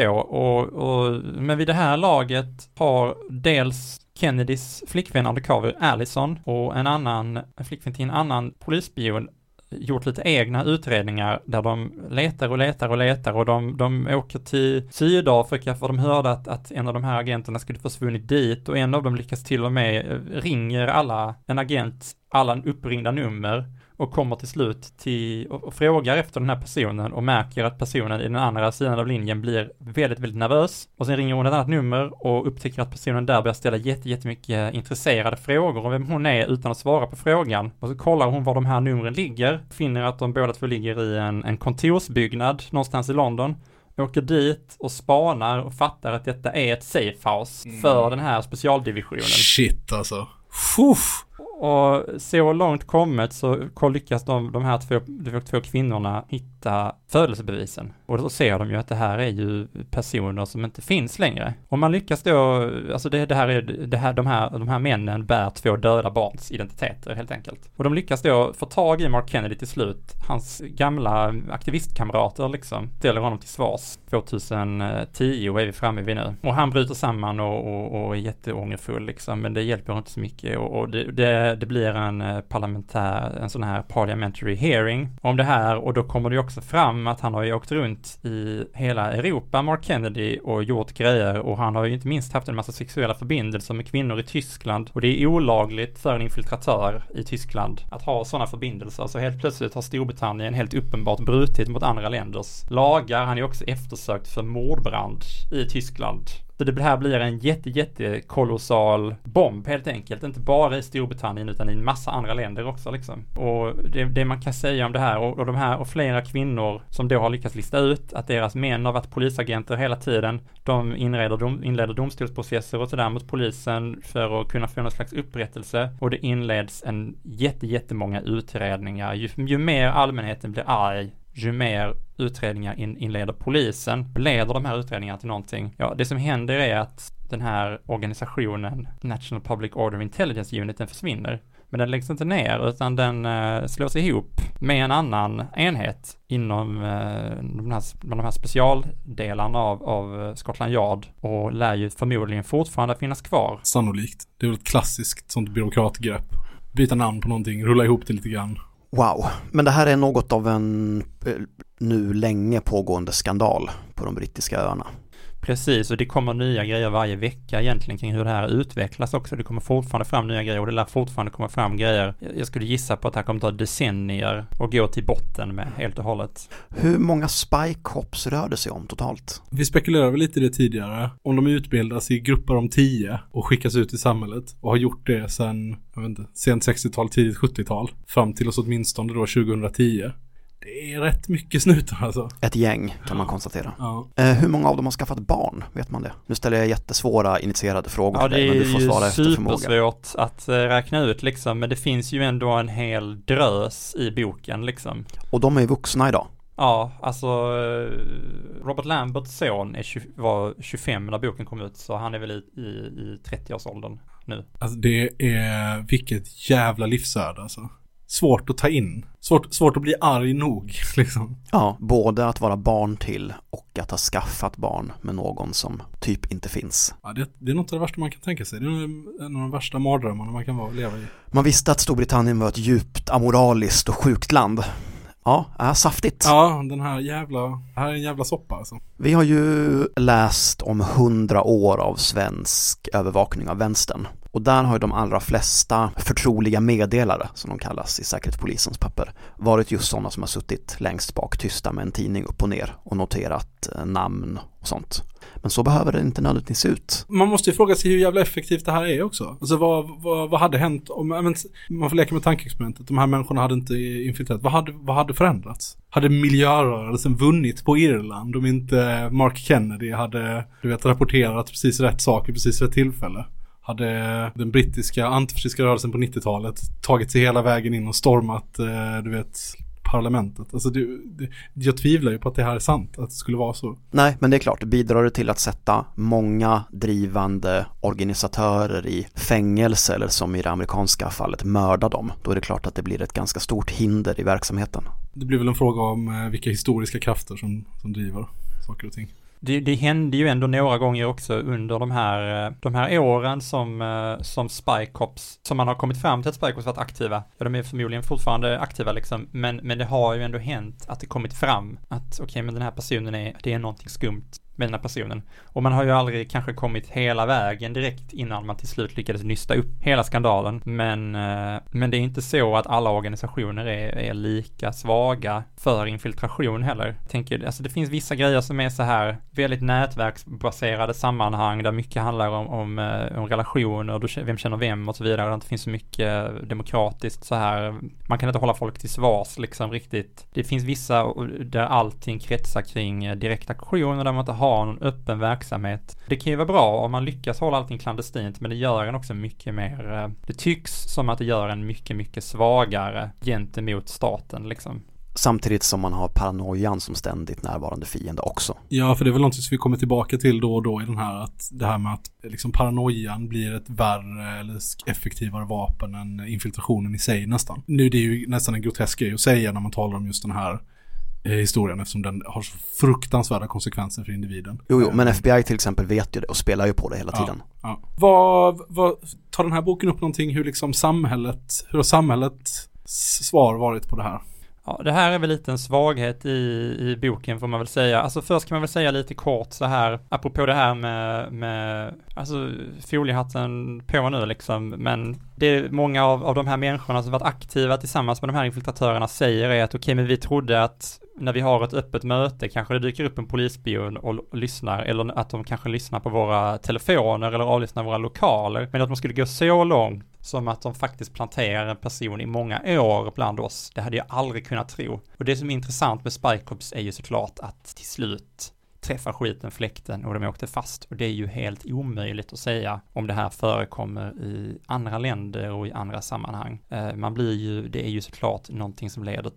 ändå, men vid det här laget har dels Kennedys flickvän undercover Allison och en flickvän till en annan polisspion gjort lite egna utredningar där de letar och de åker till Sydafrika för de hörde att en av de här agenterna skulle försvunnit dit, och en av dem lyckas till och med ringer alla uppringda nummer och kommer till slut till och frågar efter den här personen och märker att personen i den andra sidan av linjen blir väldigt, väldigt nervös. Och sen ringer hon ett annat nummer och upptäcker att personen där börjar ställa jättemycket intresserade frågor om vem hon är utan att svara på frågan. Och så kollar hon var de här numren ligger, finner att de båda två ligger i en kontorsbyggnad någonstans i London. Åker dit och spanar och fattar att detta är ett safehouse för den här specialdivisionen. Shit alltså. Och så långt kommet så lyckas de här två kvinnorna hitta födelsebevisen. Och då ser de ju att det här är ju personer som inte finns längre. Och man lyckas då, alltså de här männen bär 2 döda barns identiteter helt enkelt. Och de lyckas då få tag i Mark Kennedy till slut. Hans gamla aktivistkamrater liksom ställer honom till svars. 2010 är vi framme vid nu. Och han bryter samman och är jätteångerfull liksom, men det hjälper inte så mycket. Och det blir en sån här parliamentary hearing om det här, och då kommer det också fram att han har ju åkt runt i hela Europa, Mark Kennedy, och gjort grejer, och han har ju inte minst haft en massa sexuella förbindelser med kvinnor i Tyskland, och det är olagligt för en infiltratör i Tyskland att ha sådana förbindelser. Så helt plötsligt har Storbritannien helt uppenbart brutit mot andra länders lagar. Han är också eftersökt för mordbrand i Tyskland. Så det här blir en jättekolossal bomb helt enkelt. Inte bara i Storbritannien utan i en massa andra länder också liksom. Och det man kan säga om det här och de här och flera kvinnor som då har lyckats lista ut att deras män har varit polisagenter hela tiden. De inleder domstolsprocesser och sådär mot polisen för att kunna få någon slags upprättelse. Och det inleds en jättemånga utredningar. Ju mer allmänheten blir arg, ju mer utredningar inleder polisen. Leder de här utredningarna till någonting? Ja, det som händer är att den här organisationen, National Public Order Intelligence Unit, den försvinner. Men den läggs inte ner, utan den slås ihop med en annan enhet inom de här specialdelarna av Scotland Yard, och lär ju förmodligen fortfarande finnas kvar. Sannolikt. Det är väl ett klassiskt sånt byråkratgrepp. Byta namn på någonting, rulla ihop det lite grann. Wow, men det här är något av en nu länge pågående skandal på de brittiska öarna. Precis, och det kommer nya grejer varje vecka egentligen kring hur det här utvecklas också. Det kommer fortfarande fram nya grejer, och det lär fortfarande komma fram grejer. Jag skulle gissa på att det här kommer ta decennier och gå till botten med helt och hållet. Hur många spy cops rör det sig om totalt? Vi spekulerade väl lite i det tidigare. Om de utbildas i grupper om 10 och skickas ut i samhället och har gjort det sedan, sent 60-tal, tidigt 70-tal, fram till oss åtminstone då 2010. Det är rätt mycket snutar alltså. Ett gäng kan man konstatera. Ja. Hur många av dem har skaffat barn? Vet man det? Nu ställer jag jättesvåra initierade frågor till dig, men du får svara efter förmåga. Det är ju supersvårt att räkna ut liksom, men det finns ju ändå en hel drös i boken liksom. Och de är vuxna idag? Ja, alltså Robert Lamberts son var 25 när boken kom ut, så han är väl i 30-årsåldern nu. Alltså det är vilket jävla livsöde alltså. Svårt att ta in. Svårt att bli arg nog liksom. Ja, både att vara barn till och att ha skaffat barn med någon som typ inte finns. Ja, det är något av det värsta man kan tänka sig. Det är en av de värsta mardrömmarna man kan leva i. Man visste att Storbritannien var ett djupt amoraliskt och sjukt land. Ja, saftigt. Ja, det här är en jävla soppa alltså. Vi har ju läst om 100 år av svensk övervakning av vänstern. Och där har ju de allra flesta förtroliga meddelare, som de kallas i säkerhetspolisens papper, varit just sådana som har suttit längst bak tysta med en tidning upp och ner och noterat namn och sånt. Men så behöver det inte nödvändigtvis se ut. Man måste ju fråga sig hur jävla effektivt det här är också. Alltså vad hade hänt om man får leka med tankeexperimentet. De här människorna hade inte infiltrerat. Vad hade förändrats? Hade miljörörelsen vunnit på Irland om inte Mark Kennedy hade rapporterat precis rätt saker precis rätt tillfälle? Hade den brittiska antifascistiska rörelsen på 90-talet tagit sig hela vägen in och stormat parlamentet. Alltså jag tvivlar ju på att det här är sant, att det skulle vara så. Nej, men det är klart, det bidrar till att sätta många drivande organisatörer i fängelse, eller som i det amerikanska fallet mörda dem. Då är det klart att det blir ett ganska stort hinder i verksamheten. Det blir väl en fråga om vilka historiska krafter som driver saker och ting. Det hände ju ändå några gånger också under de här åren som Spy Cops, som man har kommit fram till att Spy Cops varit aktiva. Ja, de är förmodligen fortfarande aktiva liksom, men det har ju ändå hänt att det kommit fram att okej, men den här personen det är någonting skumt med den här personen. Och man har ju aldrig kanske kommit hela vägen direkt innan man till slut lyckades nysta upp hela skandalen. Men det är inte så att alla organisationer är lika svaga för infiltration heller. Jag tänker, alltså det finns vissa grejer som är så här väldigt nätverksbaserade sammanhang där mycket handlar om relationer, vem känner vem och så vidare. Det inte finns så mycket demokratiskt så här. Man kan inte hålla folk till svars liksom riktigt. Det finns vissa där allting kretsar kring direktaktioner där man inte har någon öppen verksamhet. Det kan ju vara bra om man lyckas hålla allting klandestint, men det gör en också mycket mer, det tycks som att det gör en mycket, mycket svagare gentemot staten liksom. Samtidigt som man har paranoian som ständigt närvarande fiende också. Ja, för det är väl något som vi kommer tillbaka till då och då i den här, att det här med att liksom paranoian blir ett värre eller effektivare vapen än infiltrationen i sig nästan. Nu det är ju nästan en grotesk grej att säga när man talar om just den här historien, eftersom den har så fruktansvärda konsekvenser för individen. Jo, men FBI till exempel vet ju det och spelar ju på det hela tiden. Ja. Vad tar den här boken upp någonting hur liksom hur har samhällets svar varit på det här? Ja, det här är väl lite en svaghet i boken får man väl säga. Alltså först kan man väl säga lite kort så här, apropå det här med alltså foliehatten på nu liksom, men det är många av de här människorna som varit aktiva tillsammans med de här infiltratörerna säger är att okej, men vi trodde att när vi har ett öppet möte kanske det dyker upp en polisspion och lyssnar, eller att de kanske lyssnar på våra telefoner eller avlyssnar våra lokaler, men att de skulle gå så långt som att de faktiskt planterar en person i många år bland oss. Det hade jag aldrig kunnat tro. Och det som är intressant med Spy Cops är ju såklart att till slut träffar skiten fläkten och de åkte fast. Och det är ju helt omöjligt att säga om det här förekommer i andra länder och i andra sammanhang. Det är ju såklart någonting som leder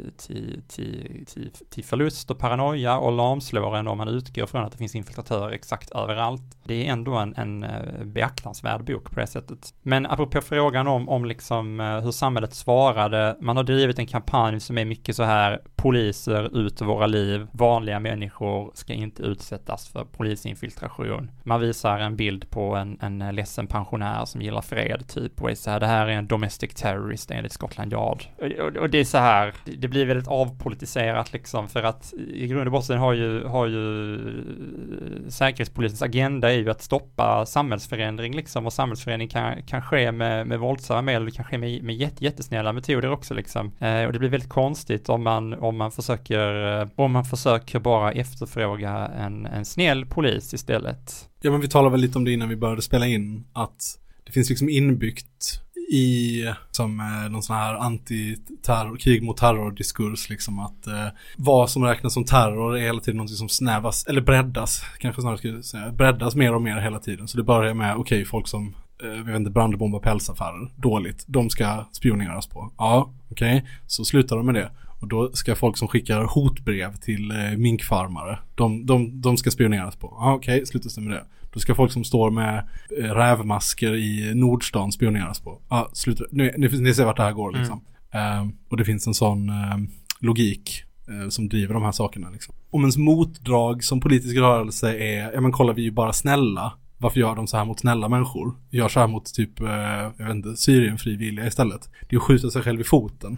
till förlust och paranoia och lamslår en om man utgår från att det finns infiltratörer exakt överallt. Det är ändå en beaktansvärd bok på det sättet. Men apropå frågan om liksom hur samhället svarade, man har drivit en kampanj som är mycket så här: poliser ut i våra liv, vanliga människor ska inte utsättas för polisinfiltration. Man visar en bild på en ledsen pensionär som gillar fred typ, och är så här: det här är en domestic terrorist enligt Scotland Yard. Och det är så här, det blir väldigt avpolitiserat liksom, för att i grund och botten har ju säkerhetspolisens agenda är ju att stoppa samhällsförändring liksom, och samhällsförändring kan ske med våldsamma medel, det kan ske med jättesnälla metoder också liksom. Och det blir väldigt konstigt om man försöker bara efterfråga en snäll polis istället. Ja, men vi talade väl lite om det innan vi började spela in, att det finns liksom inbyggt i som någon sån här krig mot terror-diskurs liksom, att vad som räknas som terror är hela tiden något som snävas eller breddas, kanske snarare skulle säga, breddas mer och mer hela tiden. Så det börjar med folk som brandbombar pälsaffärer, dåligt, de ska spioneras på. Ja, okej. Så slutar de med det. Och då ska folk som skickar hotbrev till minkfarmare, de ska spioneras på. Ja, okej, slutas det med det. Då ska folk som står med rävmasker i Nordstan spioneras på. Ja, sluta. Ni ser vart det här går liksom. Och det finns en sån logik som driver de här sakerna liksom. Om ens motdrag som politisk rörelse är, ja men kollar vi ju bara snälla. Varför gör de så här mot snälla människor? Gör så här mot typ, Syrien frivilliga istället. Det är att skjuta sig själv i foten.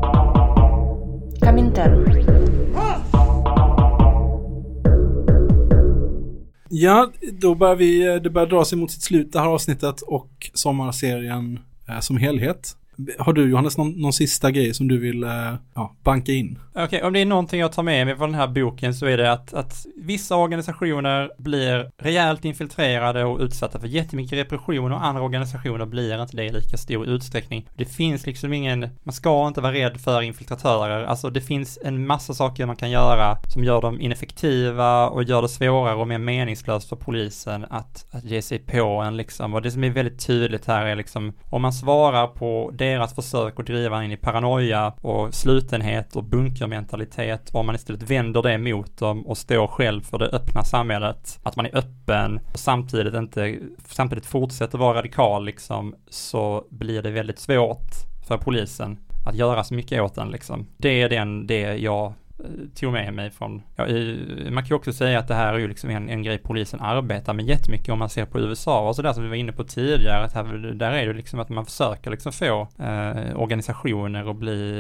Kommentar. Ja, då börjar det dra sig mot sitt slut, det här avsnittet och sommarserien som helhet. Har du, Johannes, någon sista grej som du vill banka in? Okej, om det är någonting jag tar med mig från den här boken så är det att vissa organisationer blir rejält infiltrerade och utsatta för jättemycket repression, och andra organisationer blir inte det i lika stor utsträckning. Det finns liksom man ska inte vara rädd för infiltratörer. Alltså det finns en massa saker man kan göra som gör dem ineffektiva och gör det svårare och mer meningslöst för polisen att ge sig på en liksom. Och det som är väldigt tydligt här är liksom, om man svarar på deras försök att driva in i paranoia och slutenhet och bunkermentalitet, om man istället vänder det mot dem och står själv för det öppna samhället, att man är öppen och samtidigt fortsätter vara radikal liksom, så blir det väldigt svårt för polisen att göra så mycket åt den liksom. Det är det jag tog med mig från, man kan ju också säga att det här är ju liksom en grej polisen arbetar med jättemycket om man ser på USA och så där som vi var inne på tidigare, att där är det liksom att man försöker liksom få organisationer att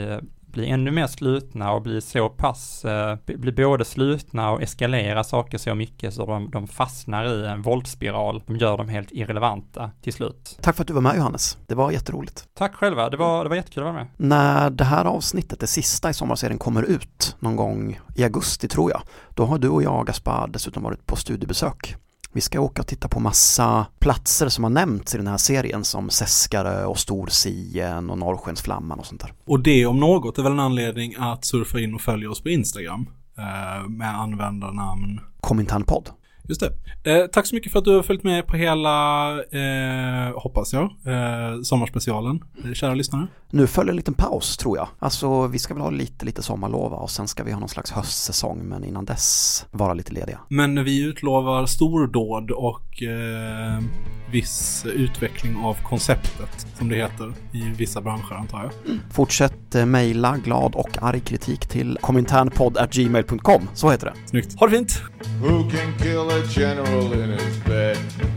bli ännu mer slutna och bli så pass, bli både slutna och eskalera saker så mycket så de fastnar i en våldsspiral. De gör dem helt irrelevanta till slut. Tack för att du var med, Johannes. Det var jätteroligt. Tack själva, det var jättekul att vara med. När det här avsnittet, det sista i sommarserien, kommer ut någon gång i augusti tror jag, då har du och jag, Gaspar, dessutom varit på studiebesök. Vi ska åka och titta på massa platser som har nämnts i den här serien, som Seskarö och Storsien och Norrskensflamman och sånt där. Och det om något är väl en anledning att surfa in och följa oss på Instagram med användarnamn Kominternpodd. Just det. Tack så mycket för att du har följt med på hela, hoppas jag, sommarspecialen, kära lyssnare. Nu följer en liten paus tror jag. Alltså vi ska väl ha lite sommarlova och sen ska vi ha någon slags höstsäsong, men innan dess vara lite lediga. Men vi utlovar stordåd och viss utveckling av konceptet, som det heter i vissa branscher antar jag. Fortsätt mejla glad och arg kritik till kominternpodd@gmail.com, så heter det. Snyggt. Ha det fint! Who can kill a general in his bed?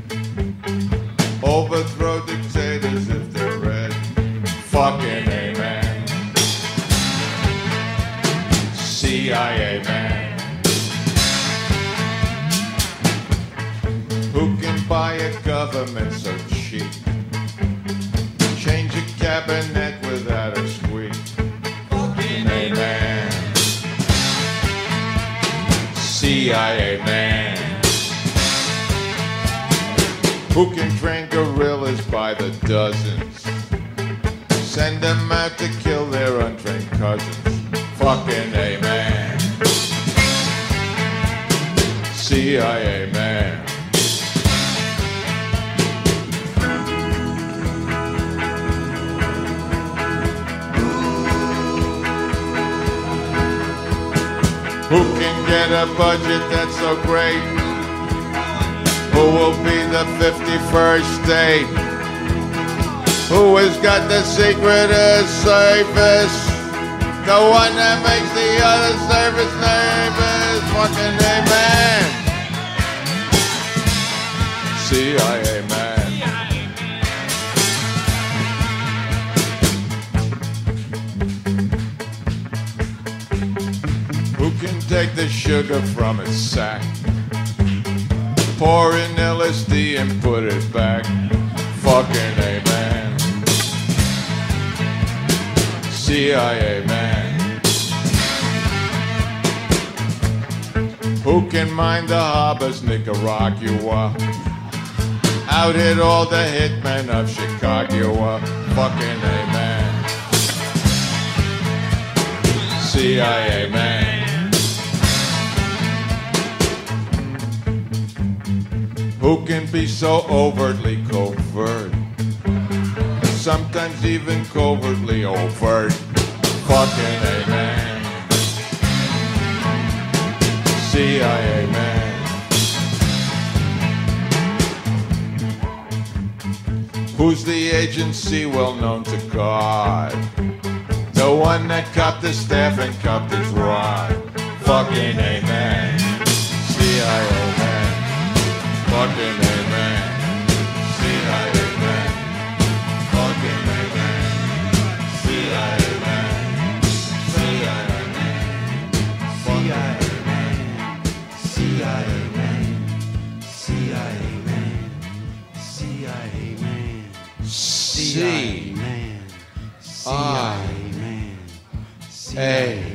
Overthrow dictators if they're red. Fucking amen. CIA man. Who can buy a government so cheap? Change a cabinet without a squeak. Fucking amen. CIA man. Who can train guerrillas by the dozens? Send them out to kill their untrained cousins. Fucking amen. CIA man. Who can get a budget that's so great? Who will be the 51st state? Who has got the secret of safest? The one that makes the other service nervous. Fucking amen. CIA man. Who can take the sugar from its sack? Pour in LSD and put it back. Fucking amen. CIA man. Who can mind the harbors, Nicaragua? Out hit all the hitmen of Chicago. Fucking amen. CIA man. Who can be so overtly covert? Sometimes even covertly overt. Fucking amen. CIA man. Who's the agency well known to God? The one that copped the staff and copped his rod. Fucking amen. CIA man. Fucking amen. CIA man. Fucking amen. CIA man. CIA man. CIA man. CIA man. CIA man. CIA man. CIA man. CIA man.